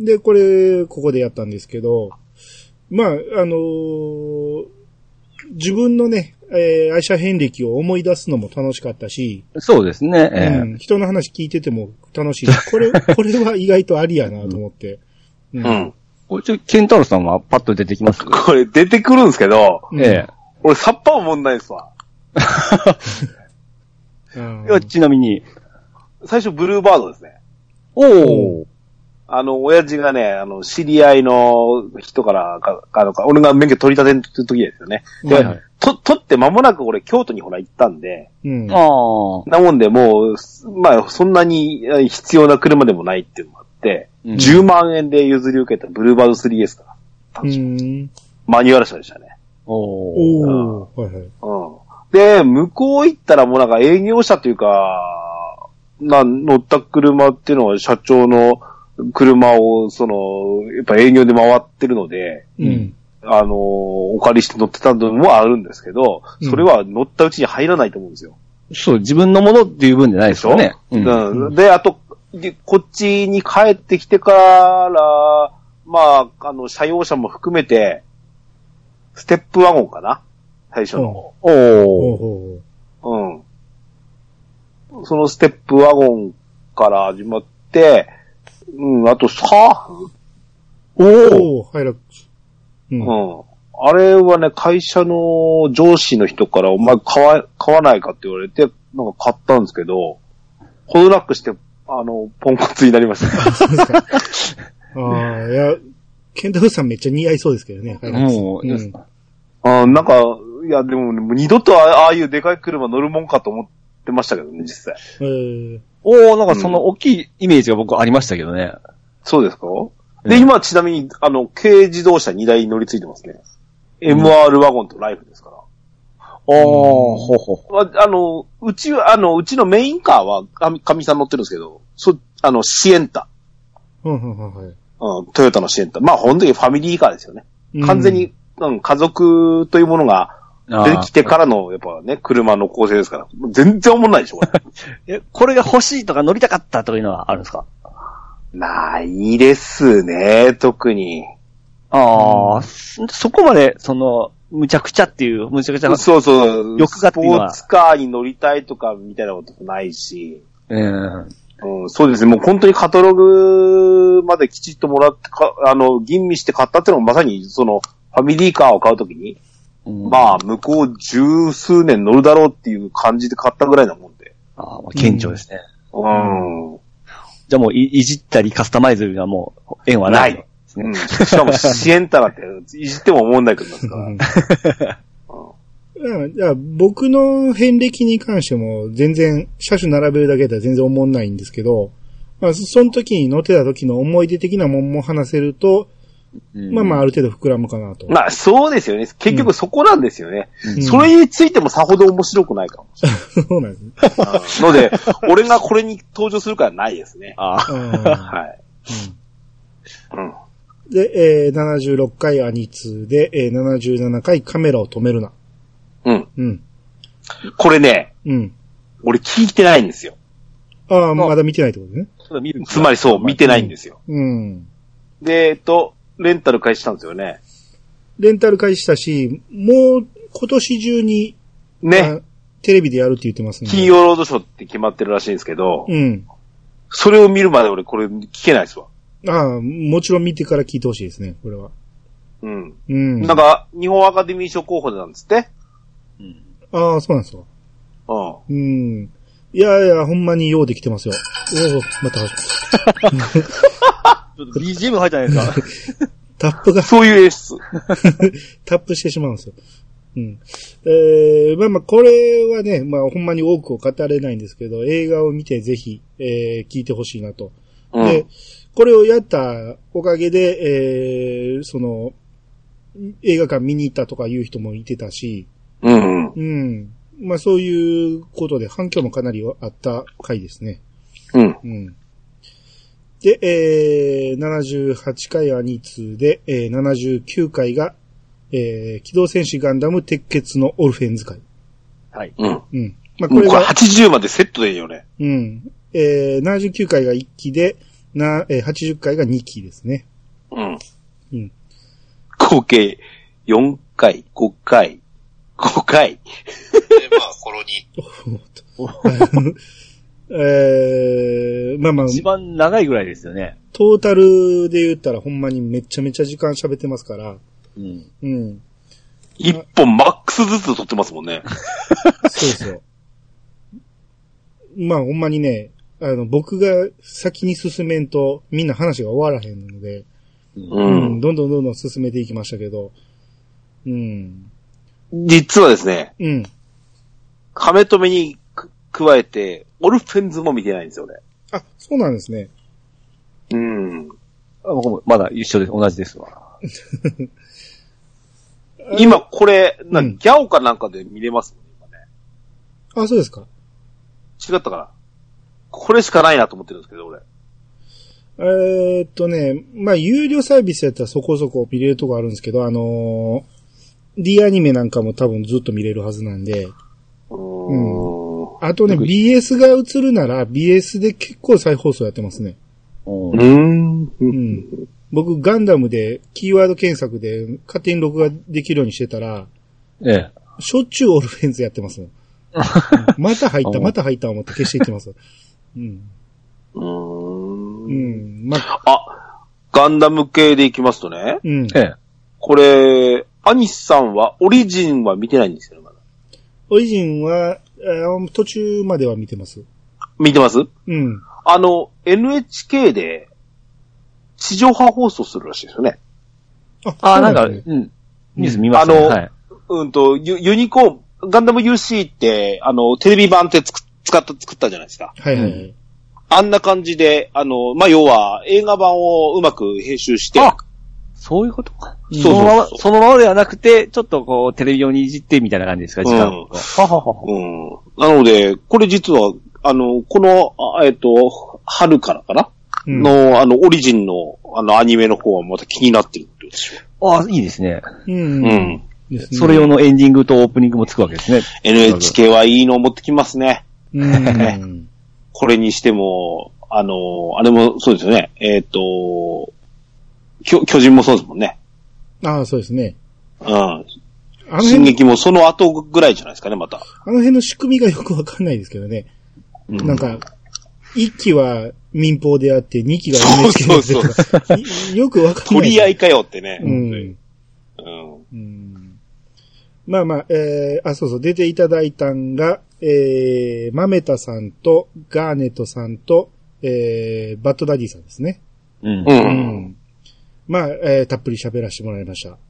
S1: で、これ、ここでやったんですけど、まあ、あのー、自分のね、えー、愛車遍歴を思い出すのも楽しかったし、
S3: そうですね。えー、
S1: うん。人の話聞いてても楽しい。これ、これは意外とありやなと思って。
S2: うん。うん、
S3: これちょ、ケンタロウさんはパッと出てきますか？
S2: これ出てくるんですけど、
S3: ええ。
S2: 俺さっぱ思んないですわ。
S3: いや、ちなみに。
S2: 最初ブルーバードですね。
S3: おー。
S2: あの、親父がね、あの、知り合いの人からか、か、か、俺が免許取り立てる時ですよね。で、はいはい、と、取って間もなく俺京都にほら行ったんで、
S3: うん。あ
S2: なもんでもう、まあ、そんなに必要な車でもないっていうのもあって、うん、じゅうまんえんで譲り受けたブルーバード スリーエス から。うん。マニュアル車でしたね。
S1: おー。おー。はいはい。
S2: うん。で、向こう行ったらもうなんか営業車というか、な、乗った車っていうのは社長の車を、その、やっぱ営業で回ってるので、うん。あの、お借りして乗ってたのもあるんですけど、それは乗ったうちに入らないと思うんですよ。
S3: そう、自分のものっていう分じゃないですよね。
S2: うん。うん、で、あと、で、こっちに帰ってきてから、まあ、あの、車用車も含めて、ステップワゴンかな最初の。
S3: おー。
S2: うん。そのステップワゴンから始まって、うん、あとサーフ
S1: おー、ハイラックス。
S2: うん。うん。あれはね、会社の上司の人からお前買わ、買わないかって言われて、なんか買ったんですけど、ほどなくして、あの、ポンコツになりました。そうですか。
S1: ああ、いや、ケンタフさんめっちゃ似合いそうですけどね。
S2: もう、うん。あなんか、いや、でも、ね、二度とああいうでかい車乗るもんかと思ってましたけどね、実際。
S1: へー。
S3: おー、なんかその大きいイメージが僕ありましたけどね。
S2: そうですか？で、今ちなみに、あの、軽自動車にだい乗り継いでますね。うん、エムアール ワゴンとライフですから。
S3: おー、ほうほ
S2: う。あの、うち、あの、うちのメインカーは、かみさん乗ってるんですけど、そ、あの、シエンタ。
S1: うん、うん、はい。
S2: うん、トヨタのシエンタ。まあ、本当にファミリーカーですよね。完全に、うん、家族というものが出てきてからの、やっぱね、車の構成ですから。全然思んないでしょ、こ
S3: れ。え、これが欲しいとか乗りたかったというのはあるんですか？
S2: ないですね、特に。
S3: ああ、うん、そこまで、その、むちゃくちゃっていう、むちゃくちゃ。
S2: そうそう。
S3: 欲がっていうのは。
S2: スポーツカーに乗りたいとか、みたいなこともないし。
S3: うん。
S2: うん、そうですね。もう本当にカタログまできちっともらってか、あの、吟味して買ったっていうのもまさに、その、ファミリーカーを買うときに、うん、まあ、向こう十数年乗るだろうっていう感じで買ったぐらいなもんで。
S3: ああ、まあ、顕著ですね。
S2: うん。うん、
S3: じゃあもうい、いじったりカスタマイズがもう、縁はない。ない。
S2: うん。しかも、シエンタなんて、いじっても思うんないけどますから。
S1: うん、じゃあ僕の遍歴に関しても全然車種並べるだけでは全然思んないんですけど、まあその時に乗ってた時の思い出的なもんも話せると、うん、まあまあある程度膨らむかなと。
S2: まあそうですよね。結局そこなんですよね。うん、それについてもさほど面白くないかもしれない。
S1: そうなんです
S2: ね。ので、俺がこれに登場するからないですね。
S3: ああ。
S2: はい。
S1: うん。うんで、えー、ななじゅうろっかいアニツーで、えー、ななじゅうななかいカメラを止めるな。
S2: うん。
S1: うん。
S2: これね、
S1: うん。
S2: 俺聞いてないんですよ。
S1: ああ、まだ見てないってことね。
S2: つまりそう、見てないんですよ。
S1: うん。
S2: で、えっと、レンタル開始したんですよね。
S1: レンタル開始したし、もう今年中に、
S2: ね。
S1: テレビでやるって言ってますね。
S2: 金曜ロードショーって決まってるらしいんですけど、
S1: うん。
S2: それを見るまで俺これ聞けないですわ。
S1: ああ、もちろん見てから聞いてほしいですね、これは。
S2: うん。
S1: うん。
S2: なんか、日本アカデミー賞候補なんですって。
S1: うん。ああ、そうなんですか。
S2: うん。
S1: うん。いやいや、ほんまにようできてますよ。おお、また始まった。
S3: ちょっと ビージーエム 入ったじゃないですか。
S1: タップが。
S2: そういう演出。
S1: タップしてしまうんですよ。うん。えー、まあまあ、これはね、まあほんまに多くを語れないんですけど、映画を見てぜひ、えー、聞いてほしいなと。 うん、で、これをやったおかげで、えー、その、映画館見に行ったとかいう人もいてたし、
S2: うん。
S1: うん。まあそういうことで反響もかなりあった回ですね。
S2: うん。
S1: うん。で、えー、ななじゅうはちかいアニツーで、えー、ななじゅうきゅうかいが、えー、機動戦士ガンダム鉄血のオルフェンズ会。
S3: はい。
S2: うん。
S1: うん。
S2: まあこれが。これはちじゅうまでセットでいいよね。
S1: うん。えー、ななじゅうきゅうかいがいっきで、な、えー、はちじゅっかいがにきですね。
S2: うん。
S1: うん。
S2: 合計よんかい、ごかい、ごかい。で、まあ、コロ
S1: ニ。えー、まあまあ。
S3: 一番長いぐらいですよね。
S1: トータルで言ったらほんまにめちゃめちゃ時間喋ってますから。
S3: うん。
S1: うん。
S2: 一本マックスずつ撮ってますもんね。
S1: そうそう。まあほんまにね、あの、僕が先に進めんとみんな話が終わらへんので、
S2: うん、
S1: うん、どんどんどんどん進めていきましたけど、うん。
S2: 実はですね、
S1: うん。
S2: 亀止めに加えて、オルフェンズも見てないんですよね。
S1: あ、そうなんですね。
S2: うん。
S3: 僕もまだ一緒です。同じですわ。
S2: 今これ、な、うん、ギャオかなんかで見れますもんね、
S1: 今ね。あ、そうですか。
S2: 違ったかな。これしかないなと思ってるんですけど、俺。
S1: えー、っとね、まあ、有料サービスやったらそこそこ見れるとこあるんですけど、あのー、D アニメなんかも多分ずっと見れるはずなんで。
S2: うー
S1: ん。あとね、ビーエス が映るなら ビーエス で結構再放送やってますね。
S2: うーん。
S1: うん。僕、ガンダムでキーワード検索で勝手に録画できるようにしてたら、
S3: ええ。
S1: しょっちゅうオルフェンズやってますもん。また入った、また入った思って消していってます。うん。
S2: うーん。
S1: うん。ま
S2: あ、ガンダム系でいきますとね。
S1: うん。
S3: ええ。
S2: これ、アニスさんはオリジンは見てないんですよね、まだ。
S1: オリジンは、途中までは見てます。
S2: 見てます？
S1: うん。
S2: あの、エヌエイチケー で、地上波放送するらしいですよね。
S1: あ、
S3: あ、なんか、うん。ニュース見ましたね。
S2: あの、
S3: はい、
S2: うんとユ、ユニコーン、ガンダム ユーシー って、あの、テレビ版ってつく使った、作ったじゃないですか。
S1: はいはいはい。
S2: あんな感じで、あの、まあ、要は、映画版をうまく編集して。
S3: あ、そういうことか。
S2: そうそうそう。そのまま、
S3: そのままではなくて、ちょっとこう、テレビ用にいじってみたいな感じですか、時間を。うん。ははは
S2: うん。なので、これ実は、あの、この、えっと、春からかな、うん、の、あの、オリジンの、あの、アニメの方はまた気になってるってことですよ。
S3: ああ、いいですね。
S1: うん。うん。
S3: それ用のエンディングとオープニングもつくわけですね。
S2: エヌエイチケー はいいのを持ってきますね。
S1: うん。
S2: これにしても、あの、あれもそうですよね。えっと、巨、巨人もそうですもんね。
S1: ああ、そうですね。
S2: うん。進撃もその後ぐらいじゃないですかね、また。
S1: あの辺の仕組みがよくわかんないですけどね。うん、なんか、一期は民放であって、二期が エヌエイチケー でとか。そうそうそうよくわかんない。
S2: 取り合いかよってね。
S1: うん。うんうん、まあまあ、えー、あ、そうそう、出ていただいたんが、えー、マメタさんと、ガーネットさんと、えー、バッドダディさんですね。
S3: うん。
S2: うん。
S1: まあ、えー、たっぷり喋らせてもらいました。はい。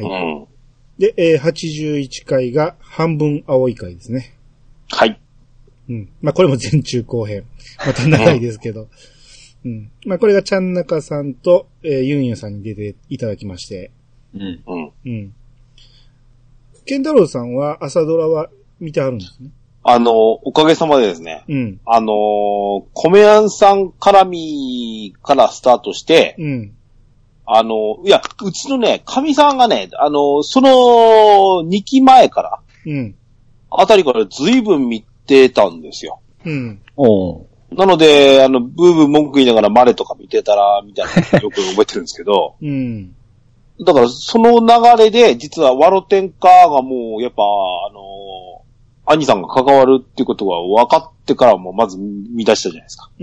S2: うん、
S1: で、えー、はちじゅういっかいが半分青い回ですね。
S2: はい。
S1: うん。まあ、これも前中後編。また長いですけど。うん。まあ、これがちゃんなかさんと、えー、ユンユンさんに出ていただきまして。
S3: うん。
S2: うん。
S1: うん。ケンタロウさんは朝ドラは見てあるんですね。
S2: あの、おかげさまでですね。
S1: うん。
S2: あの、米庵さん絡みからスタートして、
S1: うん。
S2: あの、いや、うちのね、神さんがね、あの、その、にきまえから、
S1: うん。
S2: あたりから随分見てたんですよ。
S1: うん。
S3: お
S2: なので、あの、ブーブー文句言いながらマレとか見てたら、みたいなのよく覚えてるんですけど、
S1: うん。
S2: だから、その流れで、実はワロテンカがもう、やっぱ、あの、兄さんが関わるっていうことが分かってからもまず見出したじゃないですか。
S1: うん。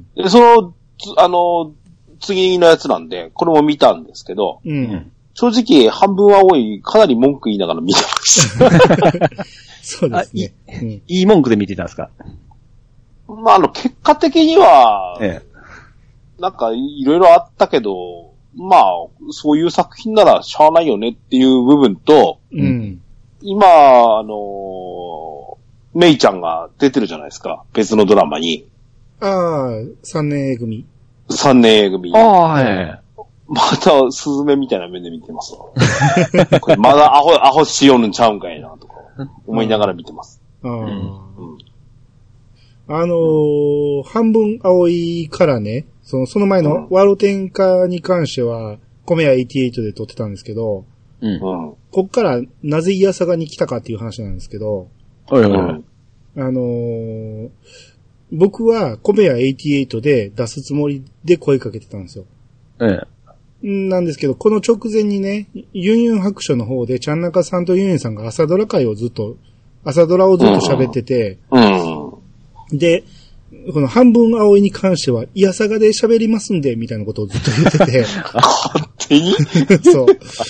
S2: で、その、あの、次のやつなんで、これも見たんですけど、
S1: うん、
S2: 正直、半分は多い、かなり文句言いながら見てました。
S1: そうですね。
S3: い, うん、いい文句で見てたんですか？
S2: まあ、あの、結果的には、
S3: ええ、
S2: なんか、いろいろあったけど、まあ、そういう作品ならしゃあないよねっていう部分と、
S1: うん、
S2: 今、あの、メイちゃんが出てるじゃないですか。別のドラマに。
S1: ああ、さんねん A 組。
S2: さんねん A 組。
S3: ああ、はい。
S2: また、スズメみたいな目で見てますわ。これまだアホ、アホしようのちゃうんかいな、とか、思いながら見てます。
S1: あ、うん、あのー、半分青いからね、その、その前のワロテンカに関しては、コメヤはちじゅうはちで撮ってたんですけど、うん、こっからなぜイヤサガに来たかっていう話なんですけど、
S3: はいはいはい。
S1: あのー、僕はコメヤはちじゅうはちで出すつもりで声かけてたんですよ。
S3: ええ。
S1: なんですけど、この直前にね、ユンユン白書の方で、ちゃんなかさんとユンユンさんが朝ドラ会をずっと、朝ドラをずっと喋ってて、うんうん、で、この半分青いに関しては、イヤサガで喋りますんで、みたいなことをずっと言ってて。
S2: 勝手に
S1: そう。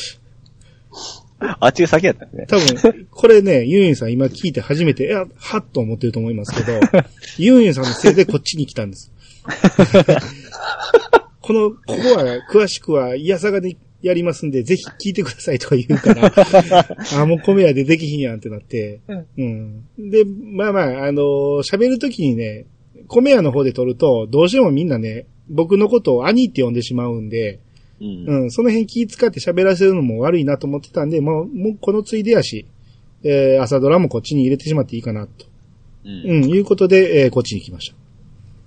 S3: あっちが先やったんです
S1: ね。多分、これね、ユンユンさん今聞いて初めて、いや、はっと思ってると思いますけど、ユンユンさんのせいでこっちに来たんです。この、ここは、詳しくは、イヤサガでやりますんで、ぜひ聞いてくださいとか言うから、あ、もう米屋でできひんやんってなって、うん。で、まあまあ、あのー、喋るときにね、米屋の方で撮ると、どうしてもみんなね、僕のことを兄って呼んでしまうんで、うん、うん、その辺気使って喋らせるのも悪いなと思ってたんで、もう、もうこのついでやし、えー、朝ドラもこっちに入れてしまっていいかなと。うん、うん、いうことで、えー、こっちに来ました。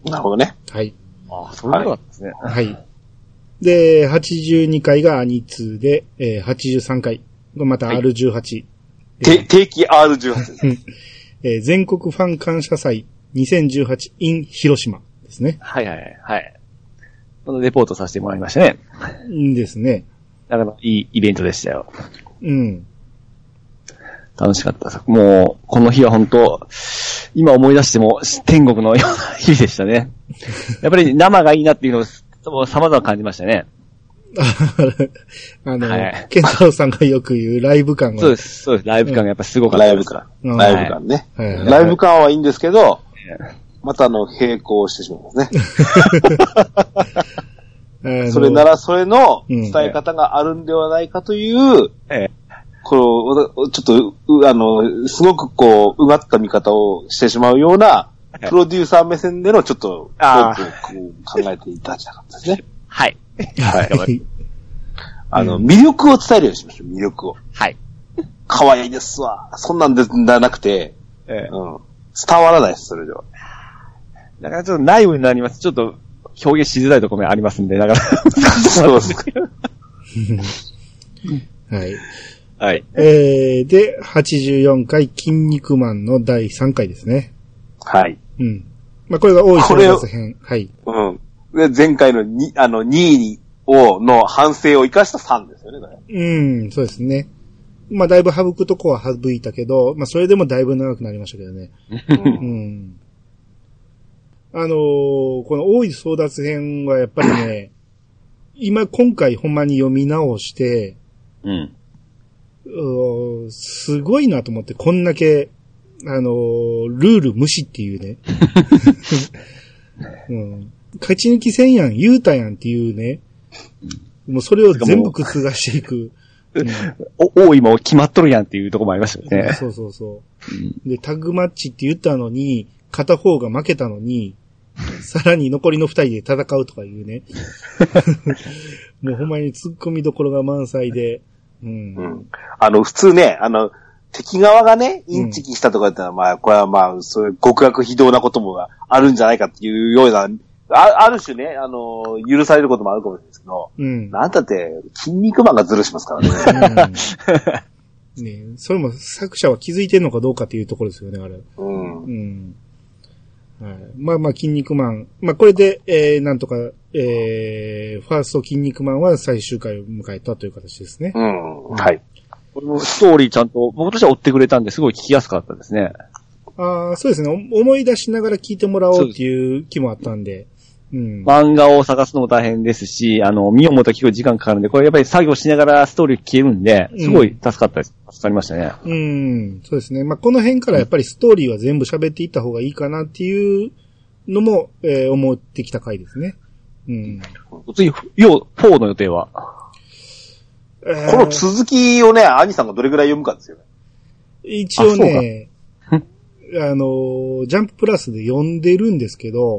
S2: なるほどね。
S1: はい。
S3: ああ、そういうことなんですね。
S1: はい。で、はちじゅうにかいがアニツーで、えー、はちじゅうさんかい。また アールじゅうはち。
S2: はい、定期 アールじゅうはち です。
S1: えー、全国ファン感謝祭にせんじゅうはち in 広島ですね。
S3: はいはいはい。このレポートさせてもらいましたね。
S1: いいですね。
S3: だからいいイベントでしたよ。
S1: うん。
S3: 楽しかったです。もう、この日は本当、今思い出しても天国のような日でしたね。やっぱり生がいいなっていうのを様々感じましたね。
S1: あの、はい、ケンタロウさんがよく言うライブ感が。
S3: そうです、そうです。ライブ感がやっぱすごかった、
S2: うん。ライブ感。ライブ感ね、はいはいはい。ライブ感はいいんですけど、はい、またあの、並行してしまいますね。それならそれの伝え方があるんではないかという、うんええこの、ちょっと、あの、すごくこう、うがった見方をしてしまうような、プロデューサー目線でのちょっと、トークを考えていただきたかったですね。
S3: はい。
S2: はい。あの、魅力を伝えるようにしましょう、魅力を。
S3: はい。
S2: 可愛いですわ。そんなんでなくて、ええうん、伝わらないです、それでは。
S3: だからちょっと内部になります。ちょっと、表現しづらいところもありますんで、だから。
S2: そうです。
S1: はい。
S3: はい。
S1: えー、で、はちじゅうよんかい、筋肉マンのだいさんかいですね。
S2: はい。
S1: うん。まあ、これが多い争奪編。はい。
S2: うん。で、前回のに、あの、にいに、を、の反省を生かしたさんですよね、これ。
S1: うん、そうですね。まあ、だいぶ省くとこは省いたけど、まあ、それでもだいぶ長くなりましたけどね。うん。あのー、この多い争奪編はやっぱりね、今、今回ほんまに読み直して、
S3: うん。
S1: うすごいなと思って、こんだけ、あのー、ルール無視っていうね。うん、勝ち抜きせんやん、言うたやんっていうね。もうそれを全部覆していく。
S3: うん、お、多いも決まっとるやんっていうところもありましたよね。
S1: そうそうそう。うん、で、タッグマッチって言ったのに、片方が負けたのに、さらに残りの二人で戦うとかいうね。もうほんまに突っ込みどころが満載で。うん。うん。
S2: あの、普通ね、あの、敵側がね、インチキしたとかってのは、うん、まあ、これはまあ、そういう極悪非道なこともあるんじゃないかっていうような、あ, ある種ね、あの、許されることもあるかもしれないですけど、うん。なんだって、筋肉マンがズルしますからね。
S1: うん、ねそれも作者は気づいてんのかどうかっていうところですよね、あれ。
S2: うん。
S1: うん。はい、まあまあ、筋肉マン。まあこれで、えー、なんとか、えー、ファースト筋肉マンは最終回を迎えたという形ですね。
S2: うん。はい。
S3: これもストーリーちゃんと僕としては追ってくれたんですごい聞きやすかったですね。
S1: ああ、そうですね。思い出しながら聞いてもらおうっていう気もあったんで。うん、
S3: 漫画を探すのも大変ですし、あの、見ようもと聞く時間かかるんで、これやっぱり作業しながらストーリー聞けるんで、すごい助かったです。うん、助かりましたね。
S1: うん、そうですね。まあ、この辺からやっぱりストーリーは全部喋っていった方がいいかなっていうのも、えー、思ってきた回ですね。うん。
S3: 次、よう、フォーの予定は、
S2: えー、この続きをね、兄さんがどれぐらい読むかですよね。
S1: 一応ね、あ, あの、ジャンププラスで読んでるんですけど、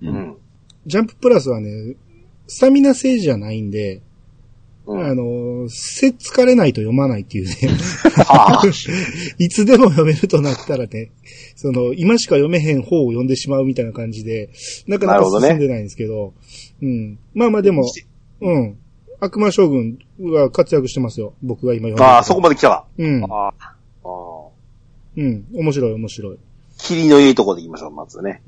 S2: うん。
S1: ジャンププラスはね、スタミナ制じゃないんで、うん、あの、せっつかれないと読まないっていうね。いつでも読めるとなったらね、その、今しか読めへん方を読んでしまうみたいな感じで、なかなか進んでないんですけど、どね、うん。まあまあでも、うん。悪魔将軍は活躍してますよ。僕が今読んでる。
S2: ああ、そこまで来たか。
S1: うん。ああ。うん。面白い面白い。
S2: 霧のいいとこで行きましょう、まずね。
S1: うん。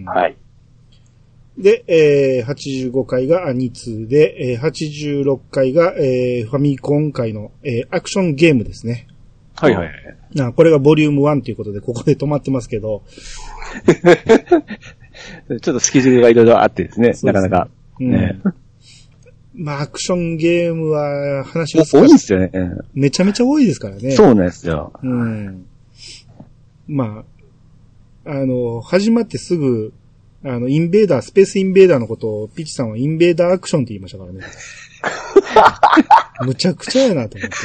S2: はい。
S1: で、えー、はちじゅうごかいがに通で、えー、はちじゅうろっかいが、えー、ファミコン界の、えー、アクションゲームですね。
S3: はいはいはい。
S1: なこれがボリュームワンということで、ここで止まってますけど。
S3: ちょっとスケジュールがいろいろあってですね、すねなかなか。うん、ね、
S1: まあ、アクションゲームは話が
S3: 多いですよね、うん。
S1: めちゃめちゃ多いですからね。
S3: そうなんですよ。
S1: うん。まあ、あの、始まってすぐ、あの、インベーダー、スペースインベーダーのことを、ピチさんはインベーダーアクションって言いましたからね。むちゃくちゃやなと思って。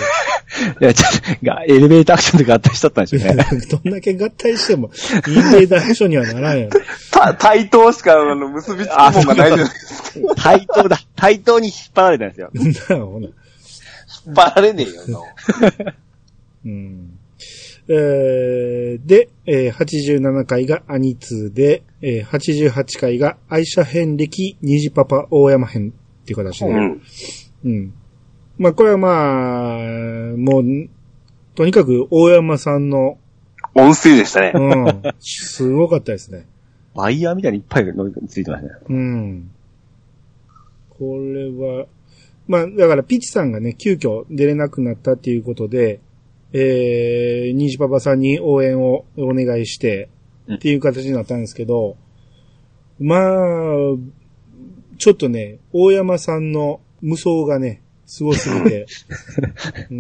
S3: いや、ちょっと、エレベーターアクションで合体しちゃったんでしょうね。
S1: どんだけ合体しても、インベーダーアクションにはならんやろ。
S2: た、対等しか、あの、結びつくもんがないじゃないですか。
S3: 対等だ。対等に引っ張られたんですよ。
S1: なるほど。
S2: 引っ張られねえよ、
S1: うんえー、で、えー、はちじゅうななかいがアニツーで、えー、はちじゅうはちかいが愛車遍歴虹パパ大山編っていう形で。うん。うん。まあ、これはまあ、もう、とにかく大山さんの
S2: 音声でしたね。
S1: うん。すごかったですね。
S3: ワイヤーみたいにいっぱい乗りついてますね。
S1: うん。これは、まあ、だからピチさんがね、急遽出れなくなったっていうことで、えー、ニジパパさんに応援をお願いして、っていう形になったんですけど、うん、まあ、ちょっとね、大山さんの無双がね、すごすぎて、うん。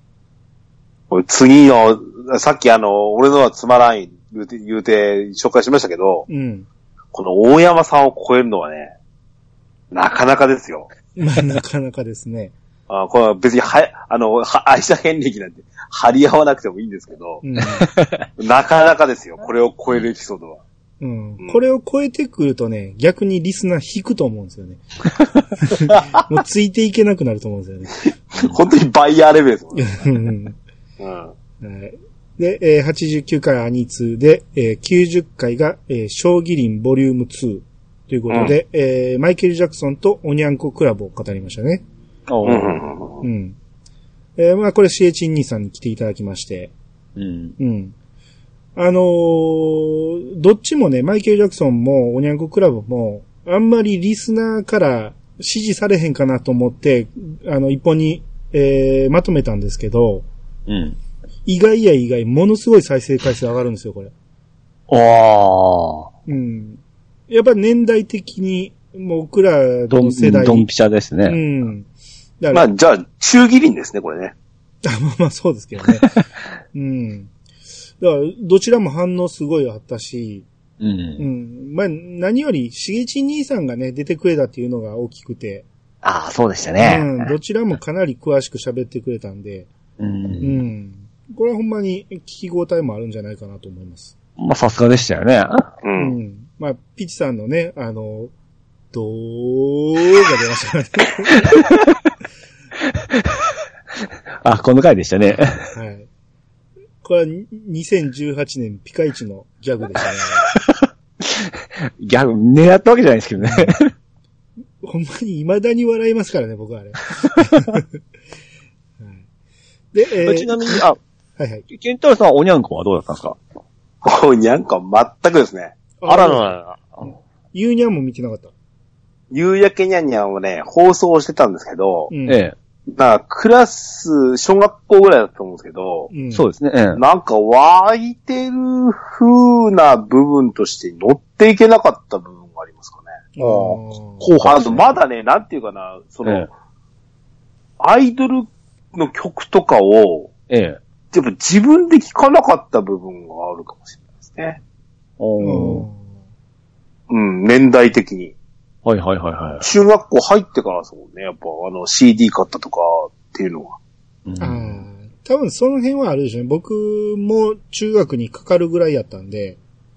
S2: 次の、さっきあの、俺のはつまらん言うて、言うて紹介しましたけど、
S1: うん、
S2: この大山さんを超えるのはね、なかなかですよ。
S1: まあ、なかなかですね。
S2: あこれは別には、あの、は愛車遍歴なんて張り合わなくてもいいんですけど、うん、なかなかですよ、これを超えるエピソードは。
S1: うんうん、これを超えてくるとね、逆にリスナー引くと思うんですよね。もうついていけなくなると思うんですよね。
S2: 本当にバイヤーレベルですもんね。
S1: うん、はい、で、えー、はちじゅうきゅうかいアニツーで、えー、きゅうじゅっかいが、えー、将棋林ボリュームツーということで、うん、えー、マイケル・ジャクソンとおにゃんこクラブを語りましたね。うん。えー、まあこれシエチン兄さんに来ていただきまして。
S3: うん。
S1: うん。あのー、どっちもね、マイケル・ジャクソンもおにゃんこクラブも、あんまりリスナーから支持されへんかなと思って、あの、一本に、えー、まとめたんですけど、
S3: うん。
S1: 意外や意外、ものすごい再生回数上がるんですよ、これ。
S3: ああ。
S1: うん。やっぱ年代的に、もう僕らの世代。
S3: ドンピシャですね。
S1: うん。
S2: まあ、じゃあ、中義林ですね、これね。
S1: あまあまあ、そうですけどね。うん。だから、どちらも反応すごいあったし、
S3: うん。う
S1: ん。まあ、何より、しげち兄さんがね、出てくれたっていうのが大きくて。
S3: ああ、そうでしたね。
S1: うん。どちらもかなり詳しく喋ってくれたんで。
S3: うん。う
S1: ん。これはほんまに聞き応えもあるんじゃないかなと思います。
S3: まあ、さすがでしたよね。
S2: うん。
S1: うん。まあ、ピチさんのね、あの、どーが出ましたね。
S3: あ、この回でしたね。
S1: はい。これはにせんじゅうはちねんピカイチのギャグでした
S3: ね。ギャグ狙ったわけじゃないですけどね。
S1: ほんまに未だに笑いますからね、僕はあれ。で、えー、
S3: ちなみに、あ、
S1: はいはい。
S3: ケンタロウさんはおにゃんこはどうだったんですか？
S2: おにゃんこは全くですね。
S3: あららら。
S1: ゆうにゃんも見てなかった。
S2: 夕焼けにゃんにゃんをね、放送してたんですけど、
S1: うん、
S3: ええ。
S2: まあ、クラス、小学校ぐらいだったと思うんですけど、
S3: うん、そうですね、ええ。
S2: なんか湧いてる風な部分として乗っていけなかった部分がありますかね。
S3: 後
S2: 半、あとまだね、なんていうかな、その、ええ、アイドルの曲とかを、
S3: ええ。
S2: やっぱ自分で聴かなかった部分があるかもしれないですね。
S3: お
S2: うん、年代的に。
S3: はいはいはいはい。
S2: 中学校入ってからですもんね。やっぱあの シーディー 買ったとかっていうのは。
S1: うん、ああ、多分その辺はあるでしょうね。僕も中学にかかるぐらいやったんで。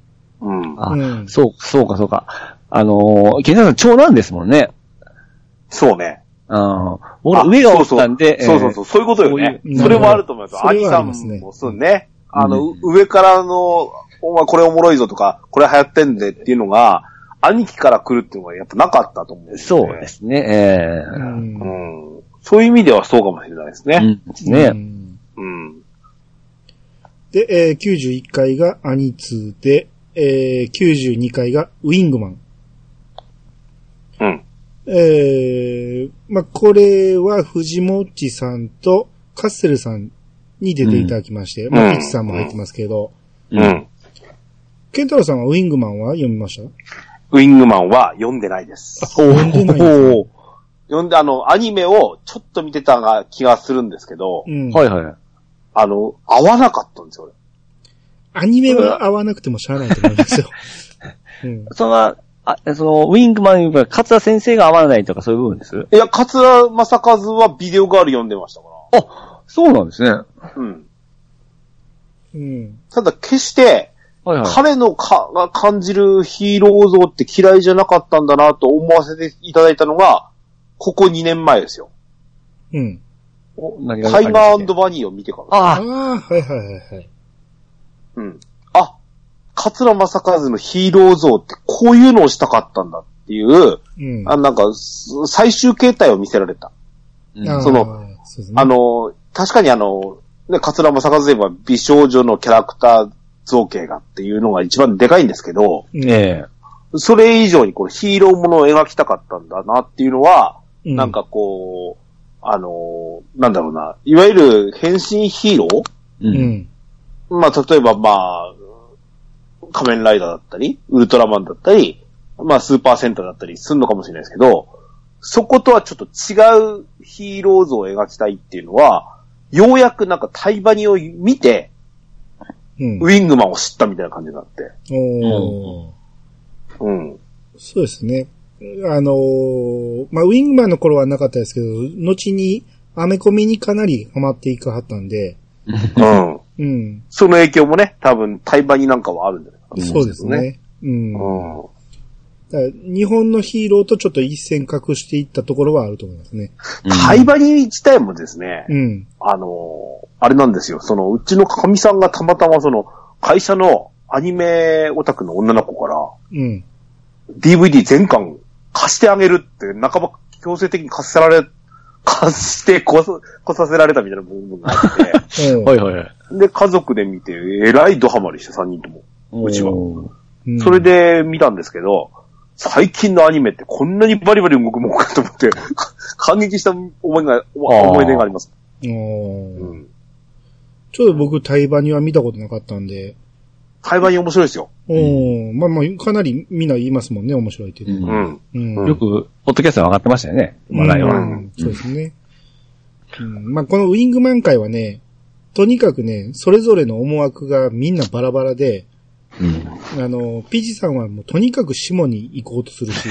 S2: うん。
S3: あ、
S1: うん、
S3: そう、そうか、そうか。あのー、ケンタさん長男ですもんね。
S2: そうね。
S3: うん。僕上がおったんで。
S2: そうそうそう、そういうことよね。それもあると思います。兄さんもそうね。あの、上からの、お前これおもろいぞとか、これ流行ってんでっていうのが、兄貴から来るっていうのがやっぱなかったと思うんです
S3: ね。そうですね。え
S2: えーうんうん。そういう意味ではそうかもしれないですね。
S3: うん、ね、
S2: うん。
S1: で、えー、きゅうじゅういっかいがアニツーで、えー、きゅうじゅうにかいがウィングマン。
S2: うん。
S1: えー、まあ、これは藤もっちさんとカッセルさんに出ていただきまして、うん、まあ、ピッチさんも入ってますけど、
S2: うん。うん、
S1: ケンタロウさんはウィングマンは読みました？
S2: ウィングマンは読んでないです。
S1: あ、読んでないですね。
S2: 読んで、あの、アニメをちょっと見てた気がするんですけど、
S3: うん、はいはい。
S2: あの、合わなかったんですよ、俺。
S1: アニメは合わなくてもしゃあないと思いますよ。
S3: うん、その、あ、その、ウィングマンは、勝田先生が合わないとかそういう部分です？
S2: いや、勝田正和はビデオガール読んでましたか
S3: ら。あ、そうなんですね。
S2: うん。
S1: うん。
S2: ただ、決して、はいはい、彼のかが感じるヒーロー像って嫌いじゃなかったんだなと思わせていただいたのが、ここにねんまえですよ。
S1: うん。
S2: お何がタイガー&バニーを見てから。
S1: ああ、はいはいはいはい。
S2: うん。あ、桂正和のヒーロー像ってこういうのをしたかったんだっていう、うん、あなんか、最終形態を見せられた。うん、その、そうですね、あの、確かにあの、ね、桂正和といえば美少女のキャラクター造形がっていうのが一番でかいんですけど、
S3: ね、
S2: それ以上にこのヒーローものを描きたかったんだなっていうのは、うん、なんかこう、あの、なんだろうな、いわゆる変身ヒーロー、
S1: うん、
S2: まあ、例えばまあ、仮面ライダーだったり、ウルトラマンだったり、まあ、スーパーセンターだったりするのかもしれないですけど、そことはちょっと違うヒーロー像を描きたいっていうのは、ようやくなんかタイバニを見て、うん、ウィングマンを知ったみたいな感じになって。
S1: お
S2: ー。うん。
S1: そうですね。あのー、まあ、ウィングマンの頃はなかったですけど、後にアメコミにかなりハマっていかはったんで、
S2: うん。うん。その影響もね、多分、タイバニなんかはあるんじゃないかな、
S1: そうですね。うん。うん、だから日本のヒーローとちょっと一線画していったところはあると思いますね。
S2: タイバニ自体もですね、
S1: うん。
S2: あの、あれなんですよ。その、うちのかみさんがたまたまその、会社のアニメオタクの女の子から、
S1: うん。
S2: ディーブイディー 全巻貸してあげるって、半ば強制的に貸せられ、貸してこそ、こさせられたみたいな部分があって、
S3: はいはいはい。
S2: で、家族で見て、えらいドハマりしてさんにんとも。うちは。
S1: うん、
S2: それで見たんですけど、最近のアニメってこんなにバリバリ動くもんかと思って、感激した思いが、思い出があります。
S1: うん、ちょっと僕、タイバニは見たことなかったんで。
S2: タイバニ面白いですよ。
S1: おー、うん、まあまあ、かなりみんな言いますもんね、面白いって。
S2: うん。
S3: うん、よく、ポッドキャスト上がってましたよね、話題は、
S1: うん。そうですね。うん、まあ、このウィングマン会はね、とにかくね、それぞれの思惑がみんなバラバラで、
S3: うん、
S1: あの、ピジさんはもうとにかく下に行こうとするし、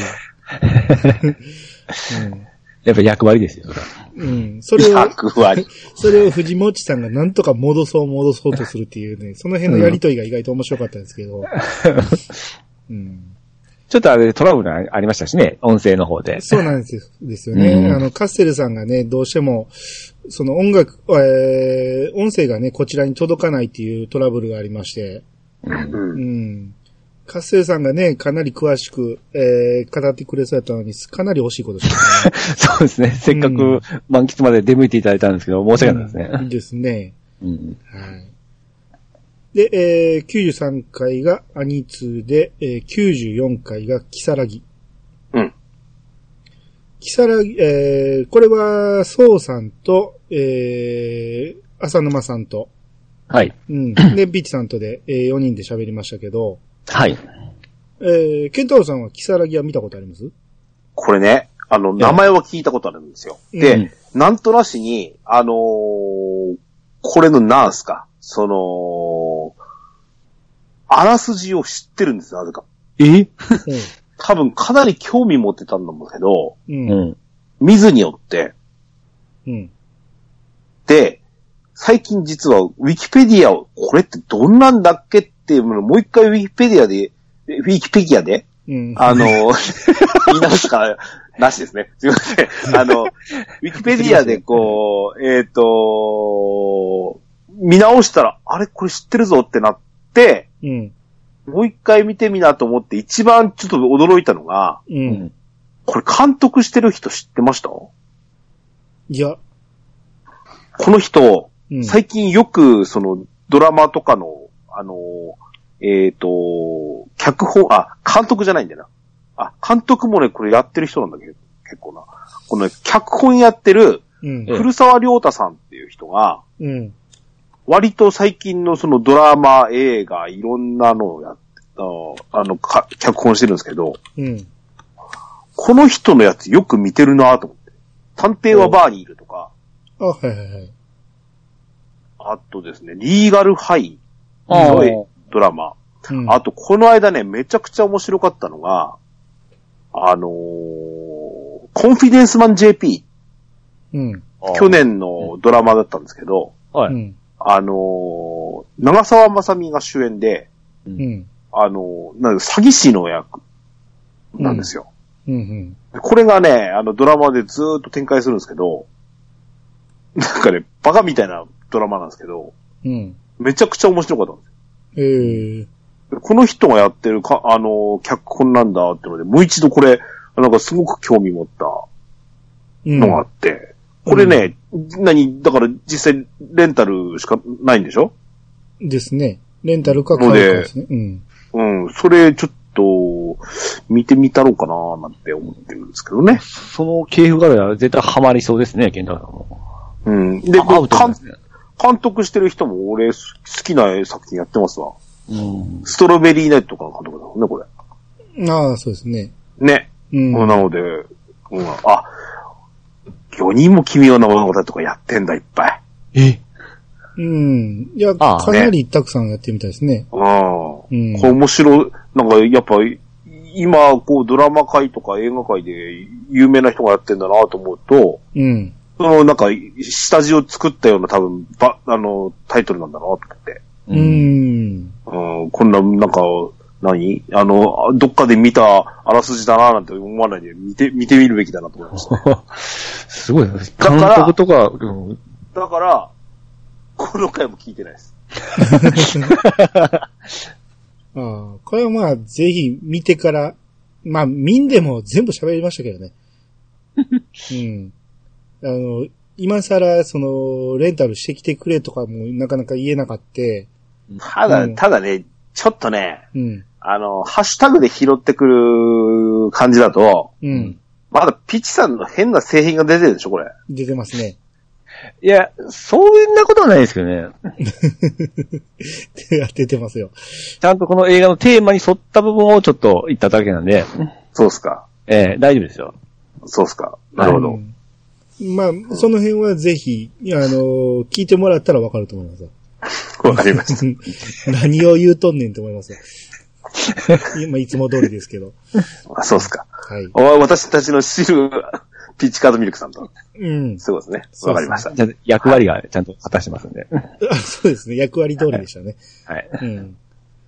S3: うん、やっぱ役割ですよ、それは。
S1: うん。それを、
S2: 役割。
S1: それを藤もちさんがなんとか戻そう戻そうとするっていうね、その辺のやりとりが意外と面白かったんですけど、うん、
S3: ちょっとあれトラブルありましたしね、音声の方で。
S1: そうなんですよ、ですよね、うん。あの、カッセルさんがね、どうしても、その音楽、えー、音声がね、こちらに届かないっていうトラブルがありまして、
S3: うん。
S1: うん。カッセルさんがね、かなり詳しく、えー、語ってくれそうやったのに、かなり惜しいことしてたね。
S3: そうですね。せっかく満喫まで出向いていただいたんですけど、申し訳ないですね。
S1: うん、ですね。
S3: うん。
S1: はい。で、えー、きゅうじゅうさんかいがアニツーで、えー、きゅうじゅうよんかいがキサラギ。
S2: うん。
S1: キサラギ、えー、これは、ソウさんと、えー、浅沼さんと、
S3: はい。
S1: うん。で、ピッチさんとで、えー、よにんで喋りましたけど、
S3: はい。
S1: えー、ケンタロウさんはキサラギは見たことあります？
S2: これね、あの、名前は聞いたことあるんですよ。で、うん、なんとなしに、あのー、これのなんすか、その、あらすじを知ってるんですよ、なぜか。
S3: え
S2: 多分かなり興味持ってたんだけど、
S1: うん、
S2: 見ずによって、
S1: うん、
S2: で、最近実はウィキペディアを、これってどんなんだっけっていうものをもう一回ウィキペディアでウィキペディアで、うん、あの、見直すか、なしですね。すいません。あの、ウィキペディアでこう、えっ、ー、と、見直したら、あれこれ知ってるぞってなって、うん、もう一回見てみなと思って一番ちょっと驚いたのが、うん、これ監督してる人知ってました？
S1: いや。
S2: この人、うん、最近よくそのドラマとかの、あの、えっ、ー、と、脚本、あ、監督じゃないんだよな。あ、監督もね、これやってる人なんだけど、結構な。この、ね、脚本やってる、うん、古沢亮太さんっていう人が、うん、割と最近のそのドラマ、映画、いろんなのをやって、あの、か脚本してるんですけど、うん、この人のやつよく見てるなと思って。探偵はバーにいるとか、
S1: あ、はいはいはい。
S2: あとですね、リーガルハイのドラマ。うん、あと、この間ね、めちゃくちゃ面白かったのが、あのー、コンフィデンスマン ジェーピー。うん、去年のドラマだったんですけど、はい、あのー、長澤まさみが主演で、うん、あのー、なんか詐欺師の役なんですよ。うんうんうん、これがね、あのドラマでずーっと展開するんですけど、なんかね、バカみたいなドラマなんですけど、うん、めちゃくちゃ面白かったんですよ。えーこの人がやってるか、あの、脚本なんだってので、もう一度これ、なんかすごく興味持ったのがあって、うん、これね、うん、何、だから実際レンタルしかないんでしょ？
S1: ですね。レンタルか買うかですね。うん。
S2: うん。それちょっと、見てみたろうかなーなんて思ってるんですけどね。
S3: その系譜からは絶対ハマりそうですね、ケンタさんも。
S2: うん。で、こう、監督してる人も俺好きな作品やってますわ。うん、ストロベリーナイトとかの監督だもんね、これ。
S1: ああ、そうですね。
S2: ね。うん、なので、うん、あ、よにんも奇妙な物語とかやってんだ、いっぱい。
S1: えうん。いや、かなりたくさんやってみたいですね。
S2: ああ。うん。これ面白い。なんか、やっぱ、今、こう、ドラマ界とか映画界で有名な人がやってんだなと思うと、うん。その、なんか、下地を作ったような多分、ば、あの、タイトルなんだなと思って。うん。うん、こんな、なんか、何あの、どっかで見たあらすじだななんて思わないで、見て、見てみるべきだなと思いました。
S3: すごいですね。監督とか、うん、
S2: だから、この回も聞いてないです。
S1: ああ、これはまあ、ぜひ見てから、まあ、見んでも全部喋りましたけどね。うん。あの、今更、その、レンタルしてきてくれとかもなかなか言えなかった。
S2: ただ、うん、ただね、ちょっとね、うん、あの、ハッシュタグで拾ってくる感じだと、うん、まだピチさんの変な製品が出てるでしょ、これ。
S1: 出てますね。
S3: いや、そんなことはないですけどね。
S1: 出てますよ。
S3: ちゃんとこの映画のテーマに沿った部分をちょっと言っただけなんで。
S2: そうっすか。
S3: ええー、大丈夫ですよ。
S2: そうっすか。なるほど。うん 、
S1: まあ、その辺はぜひ、あの、聞いてもらったらわかると思います。
S2: わかりまし
S1: た。何を言うとんねんと思います。今いつも通りですけど。
S2: あ、そうっすか。はい。お私たちの知るピッチカードミルクさんと。うん。そうですね。わかりました。
S3: じゃ役割がちゃんと果たしてますんで。
S1: あ、そうですね。役割通りでしたね。はい。うん。